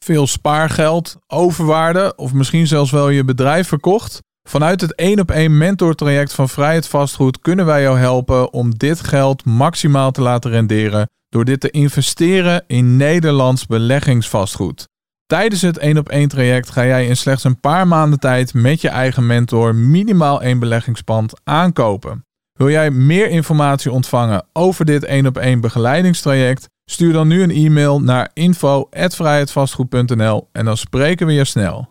veel spaargeld, overwaarde of misschien zelfs wel je bedrijf verkocht? Vanuit het 1-op-1 mentortraject van Vrijheid Vastgoed kunnen wij jou helpen om dit geld maximaal te laten renderen door dit te investeren in Nederlands beleggingsvastgoed. Tijdens het 1-op-1 traject ga jij in slechts een paar maanden tijd met je eigen mentor minimaal 1 beleggingspand aankopen. Wil jij meer informatie ontvangen over dit 1-op-1 begeleidingstraject? Stuur dan nu een e-mail naar info@vrijheidvastgoed.nl en dan spreken we je snel.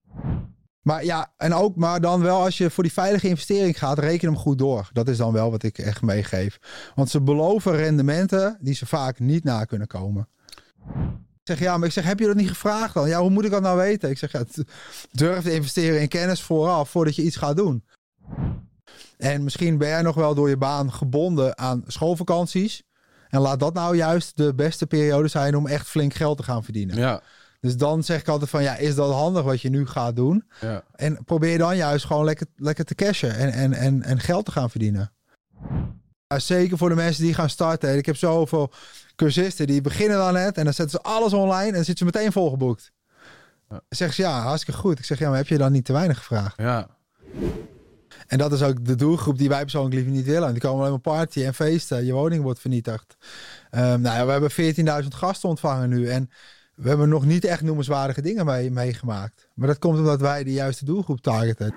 Maar dan wel als je voor die veilige investering gaat, reken hem goed door. Dat is dan wel wat ik echt meegeef. Want ze beloven rendementen die ze vaak niet na kunnen komen. Ik zeg, heb je dat niet gevraagd dan? Ja, hoe moet ik dat nou weten? Ik zeg, durf te investeren in kennis voordat je iets gaat doen. En misschien ben jij nog wel door je baan gebonden aan schoolvakanties. En laat dat nou juist de beste periode zijn om echt flink geld te gaan verdienen. Ja. Dus dan zeg ik altijd van, is dat handig wat je nu gaat doen? Ja. En probeer dan juist gewoon lekker te cashen en geld te gaan verdienen. Ja, zeker voor de mensen die gaan starten. Ik heb zoveel cursisten die beginnen dan net en dan zetten ze alles online en dan zitten ze meteen volgeboekt. Ja. Dan zeggen ze, hartstikke goed. Ik zeg, maar heb je dan niet te weinig gevraagd? Ja. En dat is ook de doelgroep die wij persoonlijk liever niet willen. Die komen alleen maar party en feesten. Je woning wordt vernietigd. We hebben 14.000 gasten ontvangen nu. En we hebben nog niet echt noemenswaardige dingen meegemaakt. Maar dat komt omdat wij de juiste doelgroep targeten.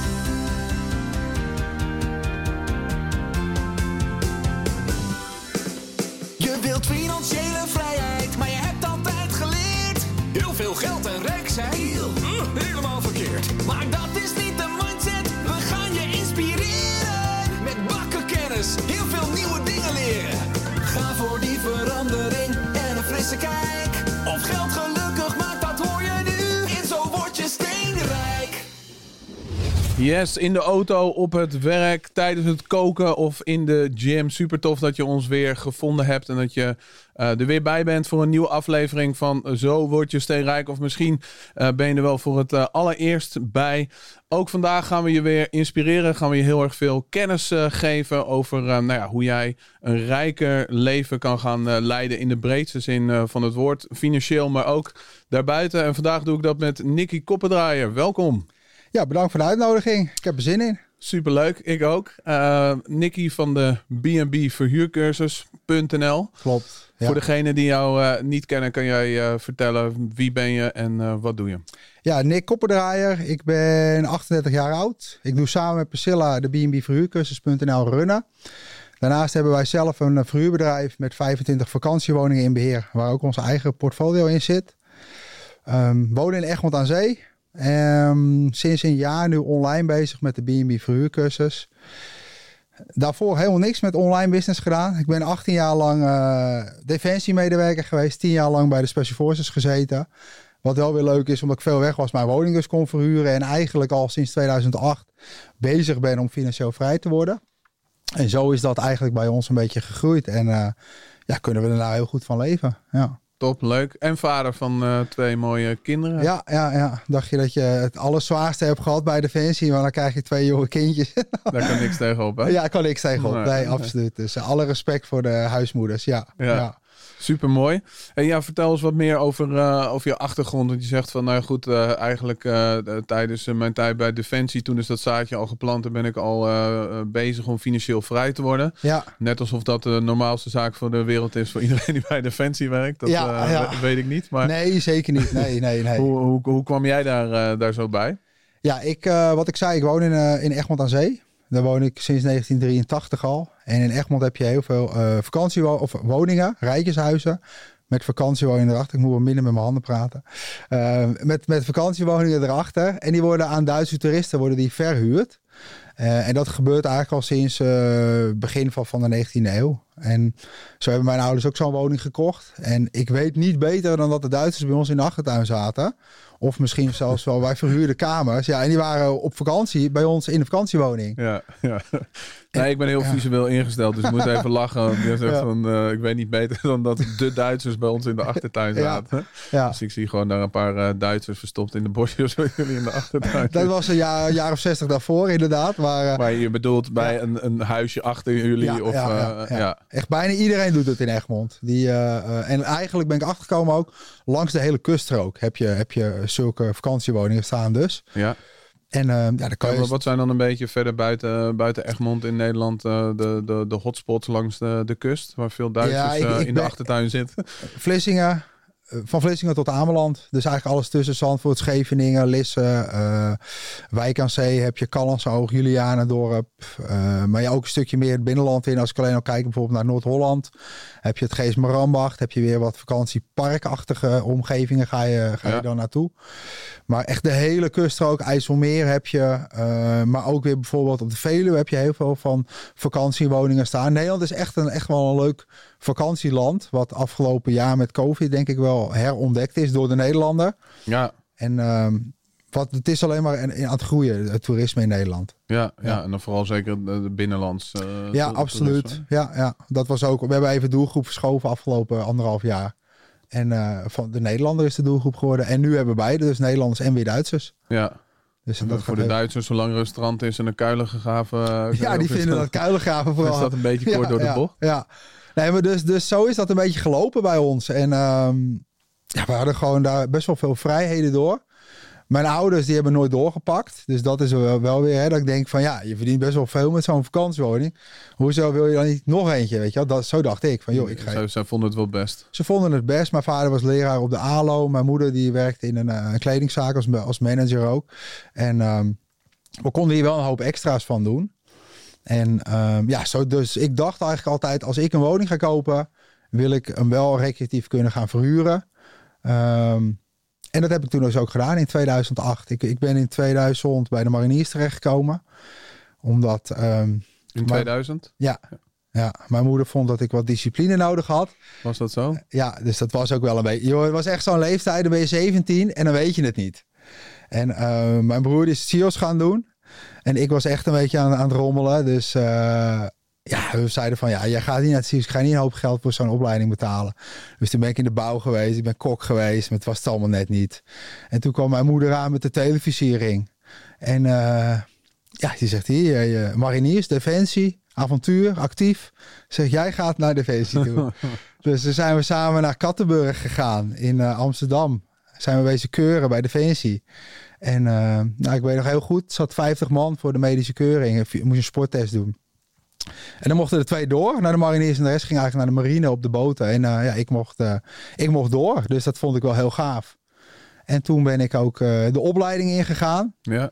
Je wilt financiële vrijheid, maar je hebt altijd geleerd. Heel veel geld en rijk zijn. Helemaal verkeerd. Maar dat is niet de mindset. We gaan je inspireren. Met bakken kennis, heel veel nieuwe dingen leren. Ga voor die verandering en een frisse kijk. Of geld gelukkig maakt, dat hoor je nu. En zo word je steenrijk. Yes, in de auto, op het werk, tijdens het koken of in de gym. Super tof dat je ons weer gevonden hebt en dat je er weer bij bent voor een nieuwe aflevering van Zo Word Je Steenrijk. Of misschien ben je er wel voor het allereerst bij. Ook vandaag gaan we je weer inspireren, gaan we je heel erg veel kennis geven over hoe jij een rijker leven kan gaan leiden in de breedste zin van het woord. Financieel, maar ook daarbuiten. En vandaag doe ik dat met Nicky Koppendraaier. Welkom. Ja, bedankt voor de uitnodiging. Ik heb er zin in. Superleuk, ik ook. Nicky van de B&B verhuurcursus.nl. Klopt. Ja. Voor degenen die jou niet kennen, kan jij vertellen wie ben je en wat doe je? Ja, Nick Koppendraaier. Ik ben 38 jaar oud. Ik doe samen met Priscilla de B&B verhuurcursus.nl runnen. Daarnaast hebben wij zelf een verhuurbedrijf met 25 vakantiewoningen in beheer, waar ook onze eigen portfolio in zit. Wonen in Egmond aan Zee. Sinds een jaar nu online bezig met de B&B verhuurcursus. Daarvoor helemaal niks met online business gedaan. Ik ben 18 jaar lang defensiemedewerker geweest. 10 jaar lang bij de Special Forces gezeten. Wat wel weer leuk is, omdat ik veel weg was, mijn woning dus kon verhuren. En eigenlijk al sinds 2008 bezig ben om financieel vrij te worden. En zo is dat eigenlijk bij ons een beetje gegroeid. En kunnen we er nou heel goed van leven. Ja. Top, leuk. En vader van 2 mooie kinderen. Ja. Dacht je dat je het allerzwaarste hebt gehad bij Defensie, maar dan krijg je 2 jonge kindjes. Daar kan niks tegenop, hè? Ja, daar kan niks tegenop. Nee, absoluut. Dus alle respect voor de huismoeders. Ja. Super mooi. En vertel eens wat meer over je achtergrond. Want je zegt van, eigenlijk tijdens mijn tijd bij Defensie, toen is dat zaadje al geplant en ben ik al bezig om financieel vrij te worden. Ja. Net alsof dat de normaalste zaak voor de wereld is voor iedereen die bij Defensie werkt. Dat weet ik niet. Maar nee, zeker niet. Nee. Hoe kwam jij daar zo bij? Ja, wat ik zei, ik woon in Egmond aan Zee. Daar woon ik sinds 1983 al. En in Egmond heb je heel veel woningen, rijtjeshuizen. Met vakantiewoningen erachter. Ik moet wel minder met mijn handen praten. Met vakantiewoningen erachter. En die worden aan Duitse toeristen verhuurd. En dat gebeurt eigenlijk al sinds begin van de 19e eeuw. En zo hebben mijn ouders ook zo'n woning gekocht. En ik weet niet beter dan dat de Duitsers bij ons in de achtertuin zaten. Of misschien zelfs wel bij verhuurde kamers. Ja, en die waren op vakantie bij ons in de vakantiewoning. Ja. Nee, ik ben heel visueel ingesteld, dus ik moet even lachen. Je zegt van, ik weet niet beter dan dat de Duitsers bij ons in de achtertuin zaten. Ja. Dus ik zie gewoon daar een paar Duitsers verstopt in de bosjes bij jullie in de achtertuin. Dat was een jaar of 60 daarvoor. In inderdaad. Maar je bedoelt bij een huisje achter jullie? Ja. Echt bijna iedereen doet het in Egmond. En eigenlijk ben ik achtergekomen ook, langs de hele kuststrook heb je zulke vakantiewoningen staan dus. Ja. En dan kan je... Wat zijn dan een beetje verder buiten Egmond in Nederland de hotspots langs de kust, waar veel Duitsers in de achtertuin zitten? Vlissingen, van Vlissingen tot Ameland. Dus eigenlijk alles tussen Zandvoort, Scheveningen, Lisse, Wijk aan Zee heb je Callantsoog, Julianendorp. Maar ook een stukje meer het binnenland in. Als ik alleen al kijk bijvoorbeeld naar Noord-Holland, heb je het Geest-Marambacht, heb je weer wat vakantieparkachtige omgevingen ga je dan naartoe. Maar echt de hele kuststrook, IJsselmeer heb je. Maar ook weer bijvoorbeeld op de Veluwe heb je heel veel van vakantiewoningen staan. Nederland is echt wel een leuk vakantieland. Wat afgelopen jaar met COVID denk ik wel herontdekt is door de Nederlander. Ja. En het is alleen maar aan het groeien, het toerisme in Nederland. Ja, en dan vooral zeker de binnenlands. Absoluut. Toerisme. Ja, dat was ook. We hebben even doelgroep verschoven afgelopen 1,5 jaar. En van de Nederlander is de doelgroep geworden. En nu hebben we beide, dus Nederlanders en weer Duitsers. Ja. Dus dat voor de Duitsers, zolang er een strand is en een kuilengraven. Die vinden dat kuilengraven vooral. Is dat een beetje kort door de bocht? Ja. Nee, maar dus zo is dat een beetje gelopen bij ons. En we hadden gewoon daar best wel veel vrijheden door. Mijn ouders die hebben nooit doorgepakt. Dus dat is wel weer dat ik denk van je verdient best wel veel met zo'n vakantiewoning. Hoezo wil je dan niet nog eentje? Weet je wel? Zo dacht ik. Van, Zij vonden het wel best. Ze vonden het best. Mijn vader was leraar op de ALO. Mijn moeder die werkte in een kledingzaak als manager ook. En we konden hier wel een hoop extra's van doen. En dus ik dacht eigenlijk altijd, als ik een woning ga kopen, wil ik hem wel recreatief kunnen gaan verhuren. En dat heb ik toen dus ook gedaan in 2008. Ik ben in 2000 bij de mariniers terechtgekomen. Omdat... in 2000? Ja. Mijn moeder vond dat ik wat discipline nodig had. Was dat zo? Ja, dus dat was ook wel een beetje... het was echt zo'n leeftijd, dan ben je 17 en dan weet je het niet. En mijn broer is CIO's gaan doen. En ik was echt een beetje aan het rommelen. Dus we zeiden van jij gaat niet naar het CIO's. Ik ga niet een hoop geld voor zo'n opleiding betalen. Dus toen ben ik in de bouw geweest. Ik ben kok geweest. Maar het was het allemaal net niet. En toen kwam mijn moeder aan met de televisiering. En die zegt hier, mariniers, defensie, avontuur, actief. Zeg, jij gaat naar defensie toe. Dus toen zijn we samen naar Kattenburg gegaan in Amsterdam. Zijn we wezen keuren bij defensie. En ik weet nog heel goed, er zat 50 man voor de medische keuring. Je moest een sporttest doen. En dan mochten er 2 door naar de mariniers en de rest ging eigenlijk naar de marine op de boten. En ik mocht door, dus dat vond ik wel heel gaaf. En toen ben ik ook de opleiding ingegaan. Ja.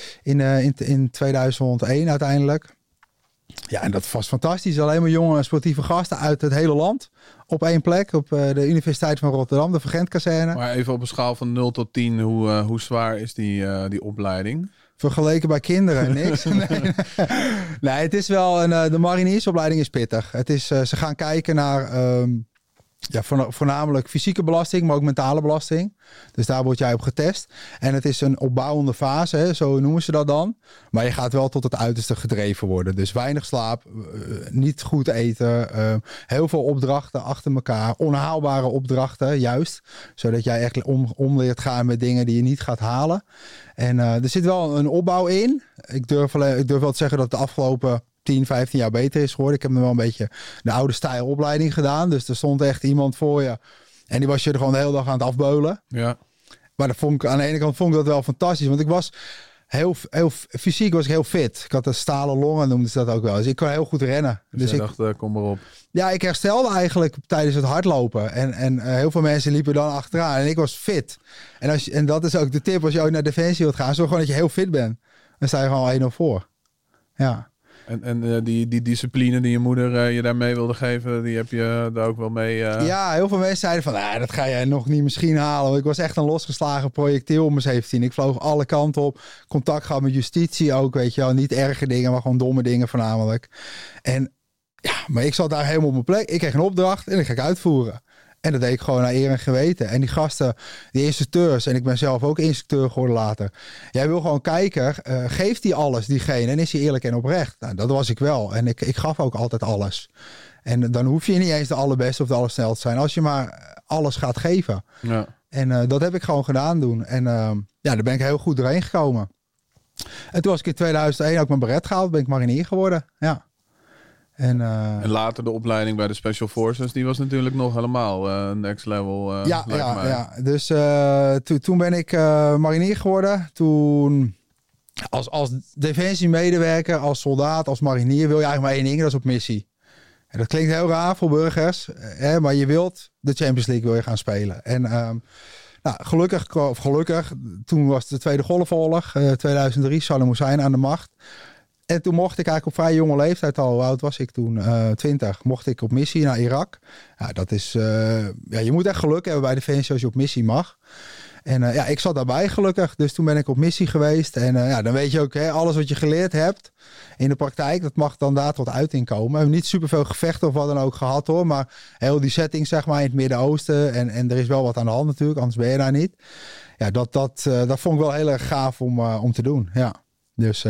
In 2001 uiteindelijk. Ja, en dat was fantastisch. Alleen maar jonge sportieve gasten uit het hele land. Op 1 plek, op de Universiteit van Rotterdam, de Vergentkazerne. Maar even op een schaal van 0 tot 10, hoe zwaar is die opleiding? Vergeleken bij kinderen, niks. Nee, het is wel de mariniersopleiding is pittig. Het is, ze gaan kijken naar voornamelijk fysieke belasting, maar ook mentale belasting. Dus daar word jij op getest. En het is een opbouwende fase, zo noemen ze dat dan. Maar je gaat wel tot het uiterste gedreven worden. Dus weinig slaap, niet goed eten, heel veel opdrachten achter elkaar. Onhaalbare opdrachten, juist. Zodat jij echt om leert gaan met dingen die je niet gaat halen. En er zit wel een opbouw in. Ik durf wel te zeggen dat de afgelopen 10, 15 jaar beter is geworden. Ik heb nog wel een beetje de oude stijl opleiding gedaan. Dus er stond echt iemand voor je. En die was je er gewoon de hele dag aan het afbeulen. Ja. Maar aan de ene kant vond ik dat wel fantastisch. Want ik was heel fysiek was ik heel fit. Ik had de stalen longen, noemden ze dat ook wel. Dus ik kon heel goed rennen. Dus ik dacht, kom maar op. Ja, ik herstelde eigenlijk tijdens het hardlopen. En heel veel mensen liepen dan achteraan. En ik was fit. En dat is ook de tip als je ook naar Defensie wilt gaan. Zorg gewoon dat je heel fit bent. Dan sta je gewoon 1-0 voor. Ja. En die discipline die je moeder je daarmee wilde geven, die heb je daar ook wel mee... Ja, heel veel mensen zeiden van, dat ga jij nog niet misschien halen. Want ik was echt een losgeslagen projectiel om mijn 17. Ik vloog alle kanten op. Contact gehad met justitie ook, weet je wel. Niet erge dingen, maar gewoon domme dingen voornamelijk. En maar ik zat daar helemaal op mijn plek. Ik kreeg een opdracht en die ga ik uitvoeren. En dat deed ik gewoon naar eer en geweten. En die gasten, die instructeurs, en ik ben zelf ook instructeur geworden later. Jij wil gewoon kijken, geeft hij alles, diegene, en is hij eerlijk en oprecht? Nou, dat was ik wel. En ik gaf ook altijd alles. En dan hoef je niet eens de allerbeste of de allersnelste te zijn, als je maar alles gaat geven. Ja. En dat heb ik gewoon gedaan doen. En daar ben ik heel goed doorheen gekomen. En toen was ik in 2001 ook mijn beret gehaald. Ben ik marinier geworden. Ja. En later de opleiding bij de Special Forces, die was natuurlijk nog helemaal next level. Ja. Dus toen ben ik marinier geworden. Toen als defensiemedewerker, als soldaat, als marinier wil je eigenlijk maar één ding, dat is op missie. En dat klinkt heel raar voor burgers, maar je wilt de Champions League wil je gaan spelen. En gelukkig, toen was de Tweede Golfoorlog, 2003, Saddam Hussein aan de macht. En toen mocht ik eigenlijk op vrij jonge leeftijd al, hoe oud was ik toen? 20. Mocht ik op missie naar Irak. Ja, dat is, je moet echt geluk hebben bij Defensie als je op missie mag. En ik zat daarbij gelukkig. Dus toen ben ik op missie geweest. En dan weet je ook, alles wat je geleerd hebt in de praktijk, dat mag dan daar tot uiting komen. We hebben niet superveel gevechten of wat dan ook gehad hoor. Maar heel die setting zeg maar in het Midden-Oosten. En er is wel wat aan de hand natuurlijk, anders ben je daar niet. Ja, dat vond ik wel heel erg gaaf om te doen. Ja, dus...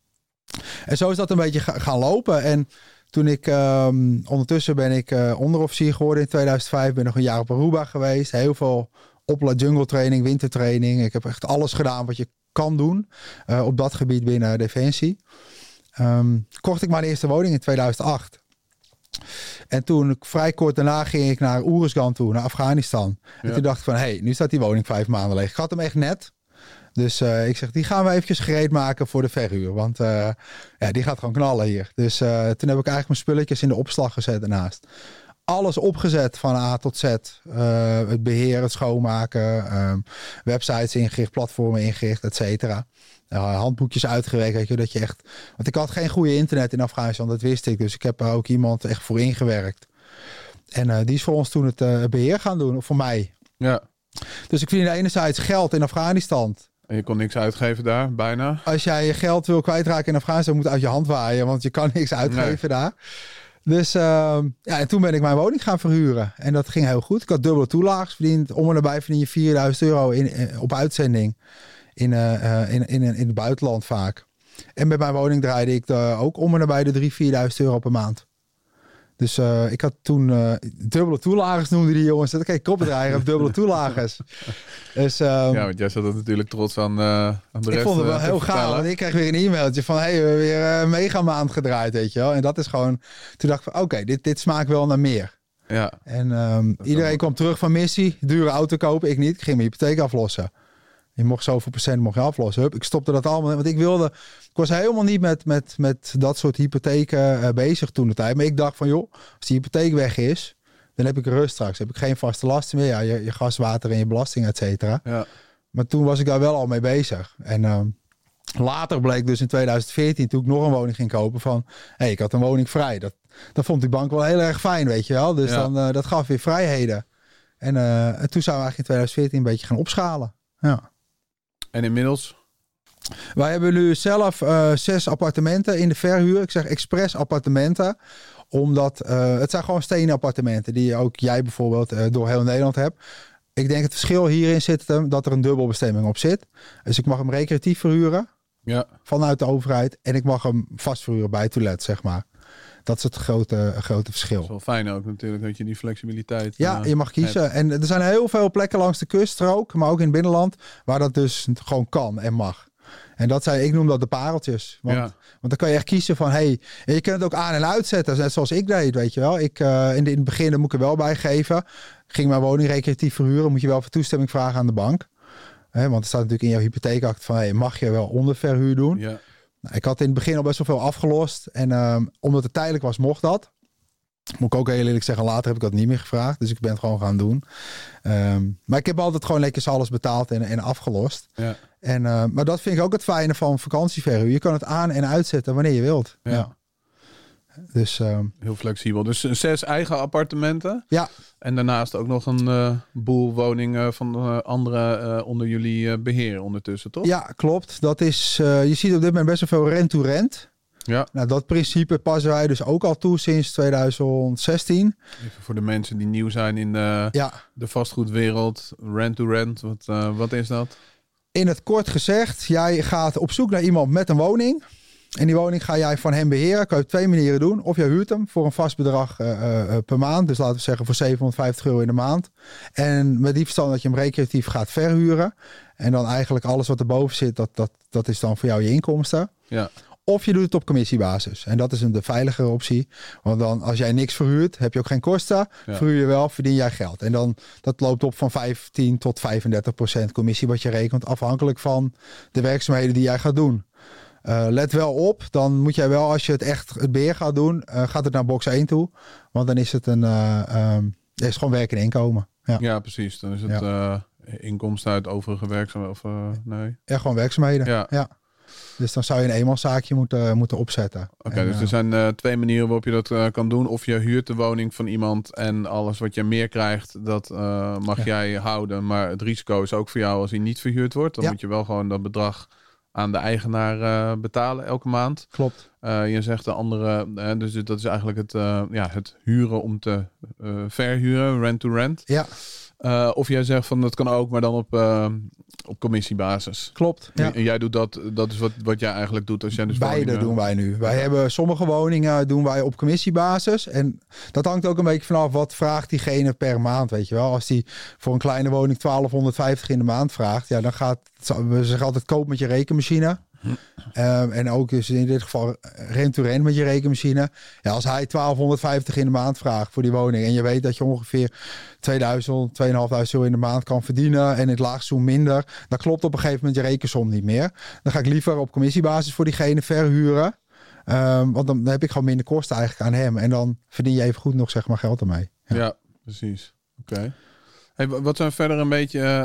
En zo is dat een beetje gaan lopen. En toen ik ondertussen ben ik onderofficier geworden in 2005. Ben nog een jaar op Aruba geweest. Heel veel jungle training, wintertraining. Ik heb echt alles gedaan wat je kan doen op dat gebied binnen Defensie. Kocht ik mijn eerste woning in 2008. En toen vrij kort daarna ging ik naar Uruzgan toe, naar Afghanistan. Ja. En toen dacht ik van, nu staat die woning 5 maanden leeg. Ik had hem echt net. Dus ik zeg, die gaan we eventjes gereed maken voor de verhuur. Want die gaat gewoon knallen hier. Dus toen heb ik eigenlijk mijn spulletjes in de opslag gezet daarnaast. Alles opgezet van A tot Z. Het beheer, het schoonmaken. Websites ingericht, platformen ingericht, et cetera. Handboekjes uitgewerkt. Weet je, dat je echt... Want ik had geen goede internet in Afghanistan, dat wist ik. Dus ik heb er ook iemand echt voor ingewerkt. En die is voor ons toen het beheer gaan doen. Of voor mij. Ja. Dus ik verdiende enerzijds geld in Afghanistan. En je kon niks uitgeven daar, bijna? Als jij je geld wil kwijtraken in Afghanistan, moet je uit je hand waaien. Want je kan niks uitgeven daar. Dus en toen ben ik mijn woning gaan verhuren. En dat ging heel goed. Ik had dubbele toelages verdiend. Om en nabij verdien je €4.000 op uitzending. In het buitenland vaak. En met mijn woning draaide ik ook om en nabij de €3.000-4.000 per maand. Dus ik had toen dubbele toelagers noemden die jongens. Dat kijk, kopbedrijf heb dubbele toelagers. Dus, want jij zat er natuurlijk trots aan de rest. Ik vond het wel heel gaaf. Want ik kreeg weer een e-mailtje van, we hebben weer een mega maand gedraaid, weet je wel. En dat is gewoon, toen dacht ik van, oké, dit smaakt wel naar meer. Ja. En iedereen kwam terug van missie, dure auto kopen, ik niet. Ik ging mijn hypotheek aflossen. Je mocht zoveel procent mocht je aflossen. Hup, ik stopte dat allemaal. Want ik was helemaal niet met dat soort hypotheken bezig toen de tijd. Maar ik dacht van joh, als die hypotheek weg is, dan heb ik rust straks. Heb ik geen vaste lasten meer. Ja, je gas, water en je belasting, et cetera. Ja. Maar toen was ik daar wel al mee bezig. En later bleek dus in 2014, toen ik nog een woning ging kopen, van ik had een woning vrij. Dat vond die bank wel heel erg fijn, weet je wel. Dus dan dat gaf weer vrijheden. En toen zijn we eigenlijk in 2014 een beetje gaan opschalen. Ja. En inmiddels? Wij hebben nu zelf 6 appartementen in de verhuur. Ik zeg expres appartementen. Omdat het zijn gewoon stenen appartementen. Die ook jij bijvoorbeeld door heel Nederland hebt. Ik denk het verschil hierin zit hem dat er een dubbelbestemming op zit. Dus ik mag hem recreatief verhuren. Ja. Vanuit de overheid. En ik mag hem vast verhuren bij toilet, zeg maar. Dat is het grote verschil. Dat is wel fijn ook natuurlijk, dat je die flexibiliteit Ja, je mag kiezen. Hebt. En er zijn heel veel plekken langs de kuststrook, maar ook in het binnenland, waar dat dus gewoon kan en mag. En ik noem dat de pareltjes. Want dan kan je echt kiezen van, en je kunt het ook aan- en uitzetten, net zoals ik deed, weet je wel. In het begin, daar moet ik er wel bij geven, ging mijn woning recreatief verhuren, moet je wel voor toestemming vragen aan de bank. Want er staat natuurlijk in jouw hypotheekakte van, mag je wel onderverhuur doen? Ja. Ik had in het begin al best wel veel afgelost. En omdat het tijdelijk was, mocht dat. Moet ik ook heel eerlijk zeggen, later heb ik dat niet meer gevraagd. Dus ik ben het gewoon gaan doen. Maar ik heb altijd gewoon lekker alles betaald en afgelost. Ja. Maar dat vind ik ook het fijne van vakantieverhuur. Je kan het aan- en uitzetten wanneer je wilt. Ja. Dus, heel flexibel. Dus 6 eigen appartementen. Ja. En daarnaast ook nog een boel woningen van anderen onder jullie beheer ondertussen, toch? Ja, klopt. Dat is, je ziet op dit moment best wel veel rent-to-rent. Ja. Nou, dat principe passen wij dus ook al toe sinds 2016. Even voor de mensen die nieuw zijn in de vastgoedwereld. Rent-to-rent, wat is dat? In het kort gezegd, jij gaat op zoek naar iemand met een woning. En die woning ga jij van hem beheren. Kan je op 2 manieren doen. Of je huurt hem voor een vast bedrag per maand. Dus laten we zeggen voor €750 in de maand. En met die verstand dat je hem recreatief gaat verhuren. En dan eigenlijk alles wat erboven zit, dat is dan voor jou je inkomsten. Ja. Of je doet het op commissiebasis. En dat is de veiligere optie. Want dan als jij niks verhuurt, heb je ook geen kosten. Ja. Verhuur je wel, verdien jij geld. En dan dat loopt op van 15 tot 35% commissie wat je rekent. Afhankelijk van de werkzaamheden die jij gaat doen. Let wel op, dan moet jij wel, als je het beheer gaat doen, gaat het naar box 1 toe. Want dan is het is gewoon werk en inkomen. Ja, precies. Dan is het inkomsten uit overige werkzaamheden of nee? Ja, gewoon werkzaamheden. Ja. Dus dan zou je een eenmanszaakje moeten opzetten. Oké, dus er zijn 2 manieren waarop je dat kan doen. Of je huurt de woning van iemand en alles wat je meer krijgt, dat mag jij houden. Maar het risico is ook voor jou als hij niet verhuurd wordt. Dan moet je wel gewoon dat bedrag aan de eigenaar betalen elke maand. Klopt. Je zegt de andere, dus dat is eigenlijk het huren om te verhuren, rent-to-rent. Ja. Of jij zegt van dat kan ook, maar dan op commissiebasis. Klopt. Ja. En jij doet dat is wat jij eigenlijk doet als jij dus beide doen wij nu. Wij hebben sommige woningen doen wij op commissiebasis. En dat hangt ook een beetje vanaf wat vraagt diegene per maand, weet je wel. Als die voor een kleine woning 1250 in de maand vraagt, ja, dan we zeggen altijd koop met je rekenmachine. En ook dus in dit geval rent-to-rent met je rekenmachine. Ja, als hij 1250 in de maand vraagt voor die woning en je weet dat je ongeveer 2000, 2500 euro in de maand kan verdienen en in het laagseizoen minder, dan klopt op een gegeven moment je rekensom niet meer. Dan ga ik liever op commissiebasis voor diegene verhuren. Want dan heb ik gewoon minder kosten eigenlijk aan hem. En dan verdien je even goed nog zeg maar geld ermee. Ja, precies. Oké. Hey, wat zijn verder een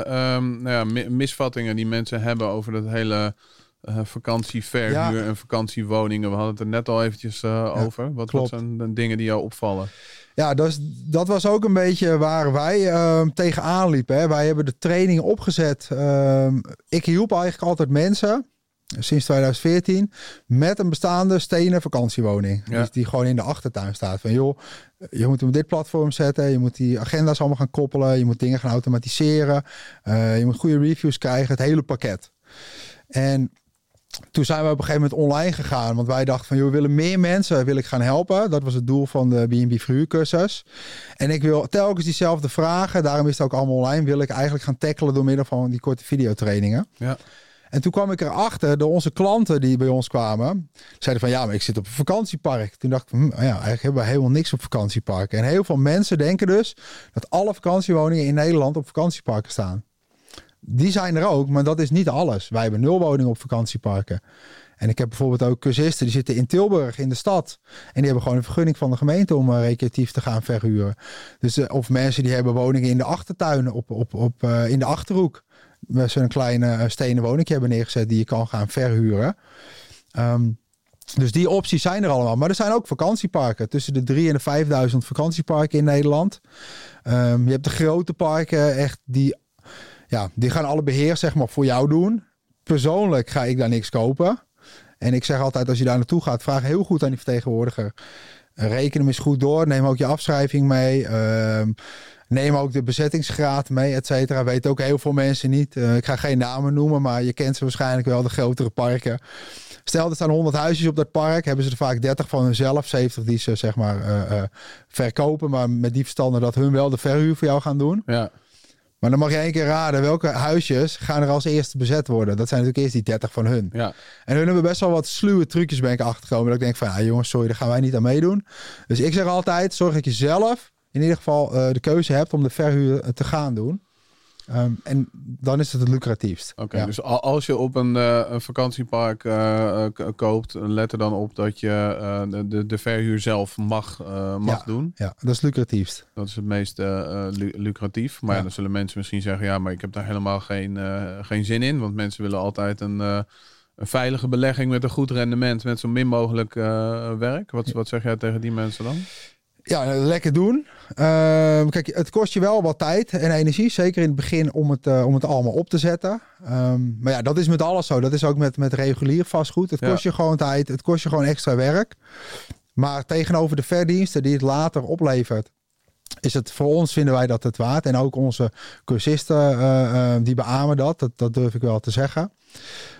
beetje misvattingen die mensen hebben over dat hele vakantieverhuur en vakantiewoningen? We hadden het er net al eventjes over. Wat zijn de dingen die jou opvallen? Ja, dat was ook een beetje waar wij tegenaan liepen. Hè. Wij hebben de training opgezet. Ik hielp eigenlijk altijd mensen sinds 2014 met een bestaande stenen vakantiewoning. Ja. Dus die gewoon in de achtertuin staat. Van joh, je moet hem op dit platform zetten. Je moet die agenda's allemaal gaan koppelen. Je moet dingen gaan automatiseren. Je moet goede reviews krijgen. Het hele pakket. En toen zijn we op een gegeven moment online gegaan. Want wij dachten van, joh, we willen meer mensen gaan helpen. Dat was het doel van de B&B verhuurcursus. En ik wil telkens diezelfde vragen. Daarom is het ook allemaal online. Wil ik eigenlijk gaan tackelen door middel van die korte videotrainingen. Ja. En toen kwam ik erachter, door onze klanten die bij ons kwamen, zeiden van ja, maar ik zit op een vakantiepark. Toen dacht ik, eigenlijk hebben we helemaal niks op vakantieparken. En heel veel mensen denken dus dat alle vakantiewoningen in Nederland op vakantieparken staan. Die zijn er ook, maar dat is niet alles. Wij hebben 0 woningen op vakantieparken. En ik heb bijvoorbeeld ook cursisten die zitten in Tilburg in de stad. En die hebben gewoon een vergunning van de gemeente om recreatief te gaan verhuren. Dus, of mensen die hebben woningen in de achtertuin in de Achterhoek. Waar ze een kleine stenen woning hebben neergezet die je kan gaan verhuren. Dus die opties zijn er allemaal. Maar er zijn ook vakantieparken. Tussen de 3.000 en de 5.000 vakantieparken in Nederland. Je hebt de grote parken echt die gaan alle beheer zeg maar voor jou doen. Persoonlijk ga ik daar niks kopen. En ik zeg altijd, als je daar naartoe gaat, vraag heel goed aan die vertegenwoordiger. Reken hem eens goed door. Neem ook je afschrijving mee. Neem ook de bezettingsgraad mee, et cetera. Weet ook heel veel mensen niet. Ik ga geen namen noemen, maar je kent ze waarschijnlijk wel, de grotere parken. Stel, er staan 100 huisjes op dat park. Hebben ze er vaak 30 van hunzelf. 70 die ze zeg maar verkopen. Maar met die verstanden dat hun wel de verhuur voor jou gaan doen. Ja. Maar dan mag je 1 keer raden welke huisjes gaan er als eerste bezet worden. Dat zijn natuurlijk eerst die 30 van hun. Ja. En hun hebben best wel wat sluwe trucjes ben ik achtergekomen. Dat ik denk van, jongens, sorry, daar gaan wij niet aan meedoen. Dus ik zeg altijd, zorg dat je zelf in ieder geval de keuze hebt om de verhuur te gaan doen. En dan is het lucratiefst. Oké, dus als je op een vakantiepark koopt, let er dan op dat je de verhuur zelf mag doen. Ja, dat is lucratiefst. Dat is het meest lucratief. Maar dan zullen mensen misschien zeggen, ja, maar ik heb daar helemaal geen zin in. Want mensen willen altijd een veilige belegging met een goed rendement, met zo min mogelijk werk. Wat zeg jij tegen die mensen dan? Ja, lekker doen. Kijk, het kost je wel wat tijd en energie. Zeker in het begin om het allemaal op te zetten. Maar ja, dat is met alles zo. Dat is ook met regulier vastgoed. Het kost je gewoon tijd. Het kost je gewoon extra werk. Maar tegenover de verdiensten die het later oplevert, is het voor ons, vinden wij dat het waard. En ook onze cursisten die beamen dat. Dat durf ik wel te zeggen.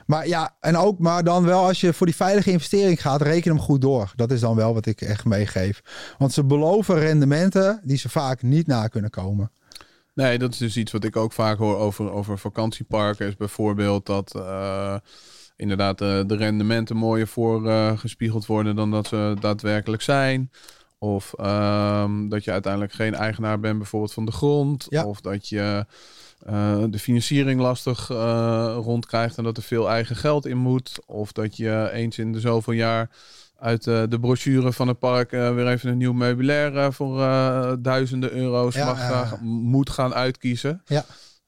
Maar ja, maar dan wel als je voor die veilige investering gaat, reken hem goed door. Dat is dan wel wat ik echt meegeef. Want ze beloven rendementen die ze vaak niet na kunnen komen. Nee, dat is dus iets wat ik ook vaak hoor over vakantieparken. Is bijvoorbeeld dat inderdaad de rendementen mooier voorgespiegeld worden dan dat ze daadwerkelijk zijn. Of dat je uiteindelijk geen eigenaar bent bijvoorbeeld van de grond. Ja. Of dat je de financiering lastig rondkrijgt en dat er veel eigen geld in moet. Of dat je eens in de zoveel jaar uit de brochure van het park weer even een nieuw meubilair voor duizenden euro's moet gaan uitkiezen. Ja.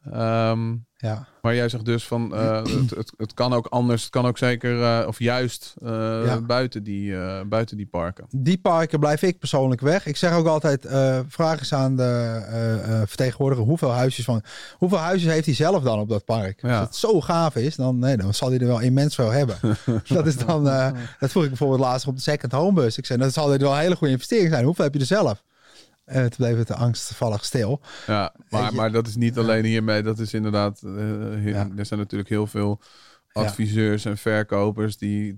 Maar jij zegt dus van het kan ook anders. Het kan ook zeker of juist buiten die parken. Die parken blijf ik persoonlijk weg. Ik zeg ook altijd, vraag eens aan de vertegenwoordiger hoeveel huisjes heeft hij zelf dan op dat park? Ja. Als het zo gaaf is, dan zal hij er wel immens veel hebben. Dat is dan, dat vroeg ik bijvoorbeeld laatst op de second homebus. Ik zei, dat zal dit wel een hele goede investering zijn. Hoeveel heb je er zelf? Toen bleef het angstvallig stil. Ja, maar dat is niet alleen hiermee. Dat is inderdaad... Er zijn natuurlijk heel veel adviseurs en verkopers die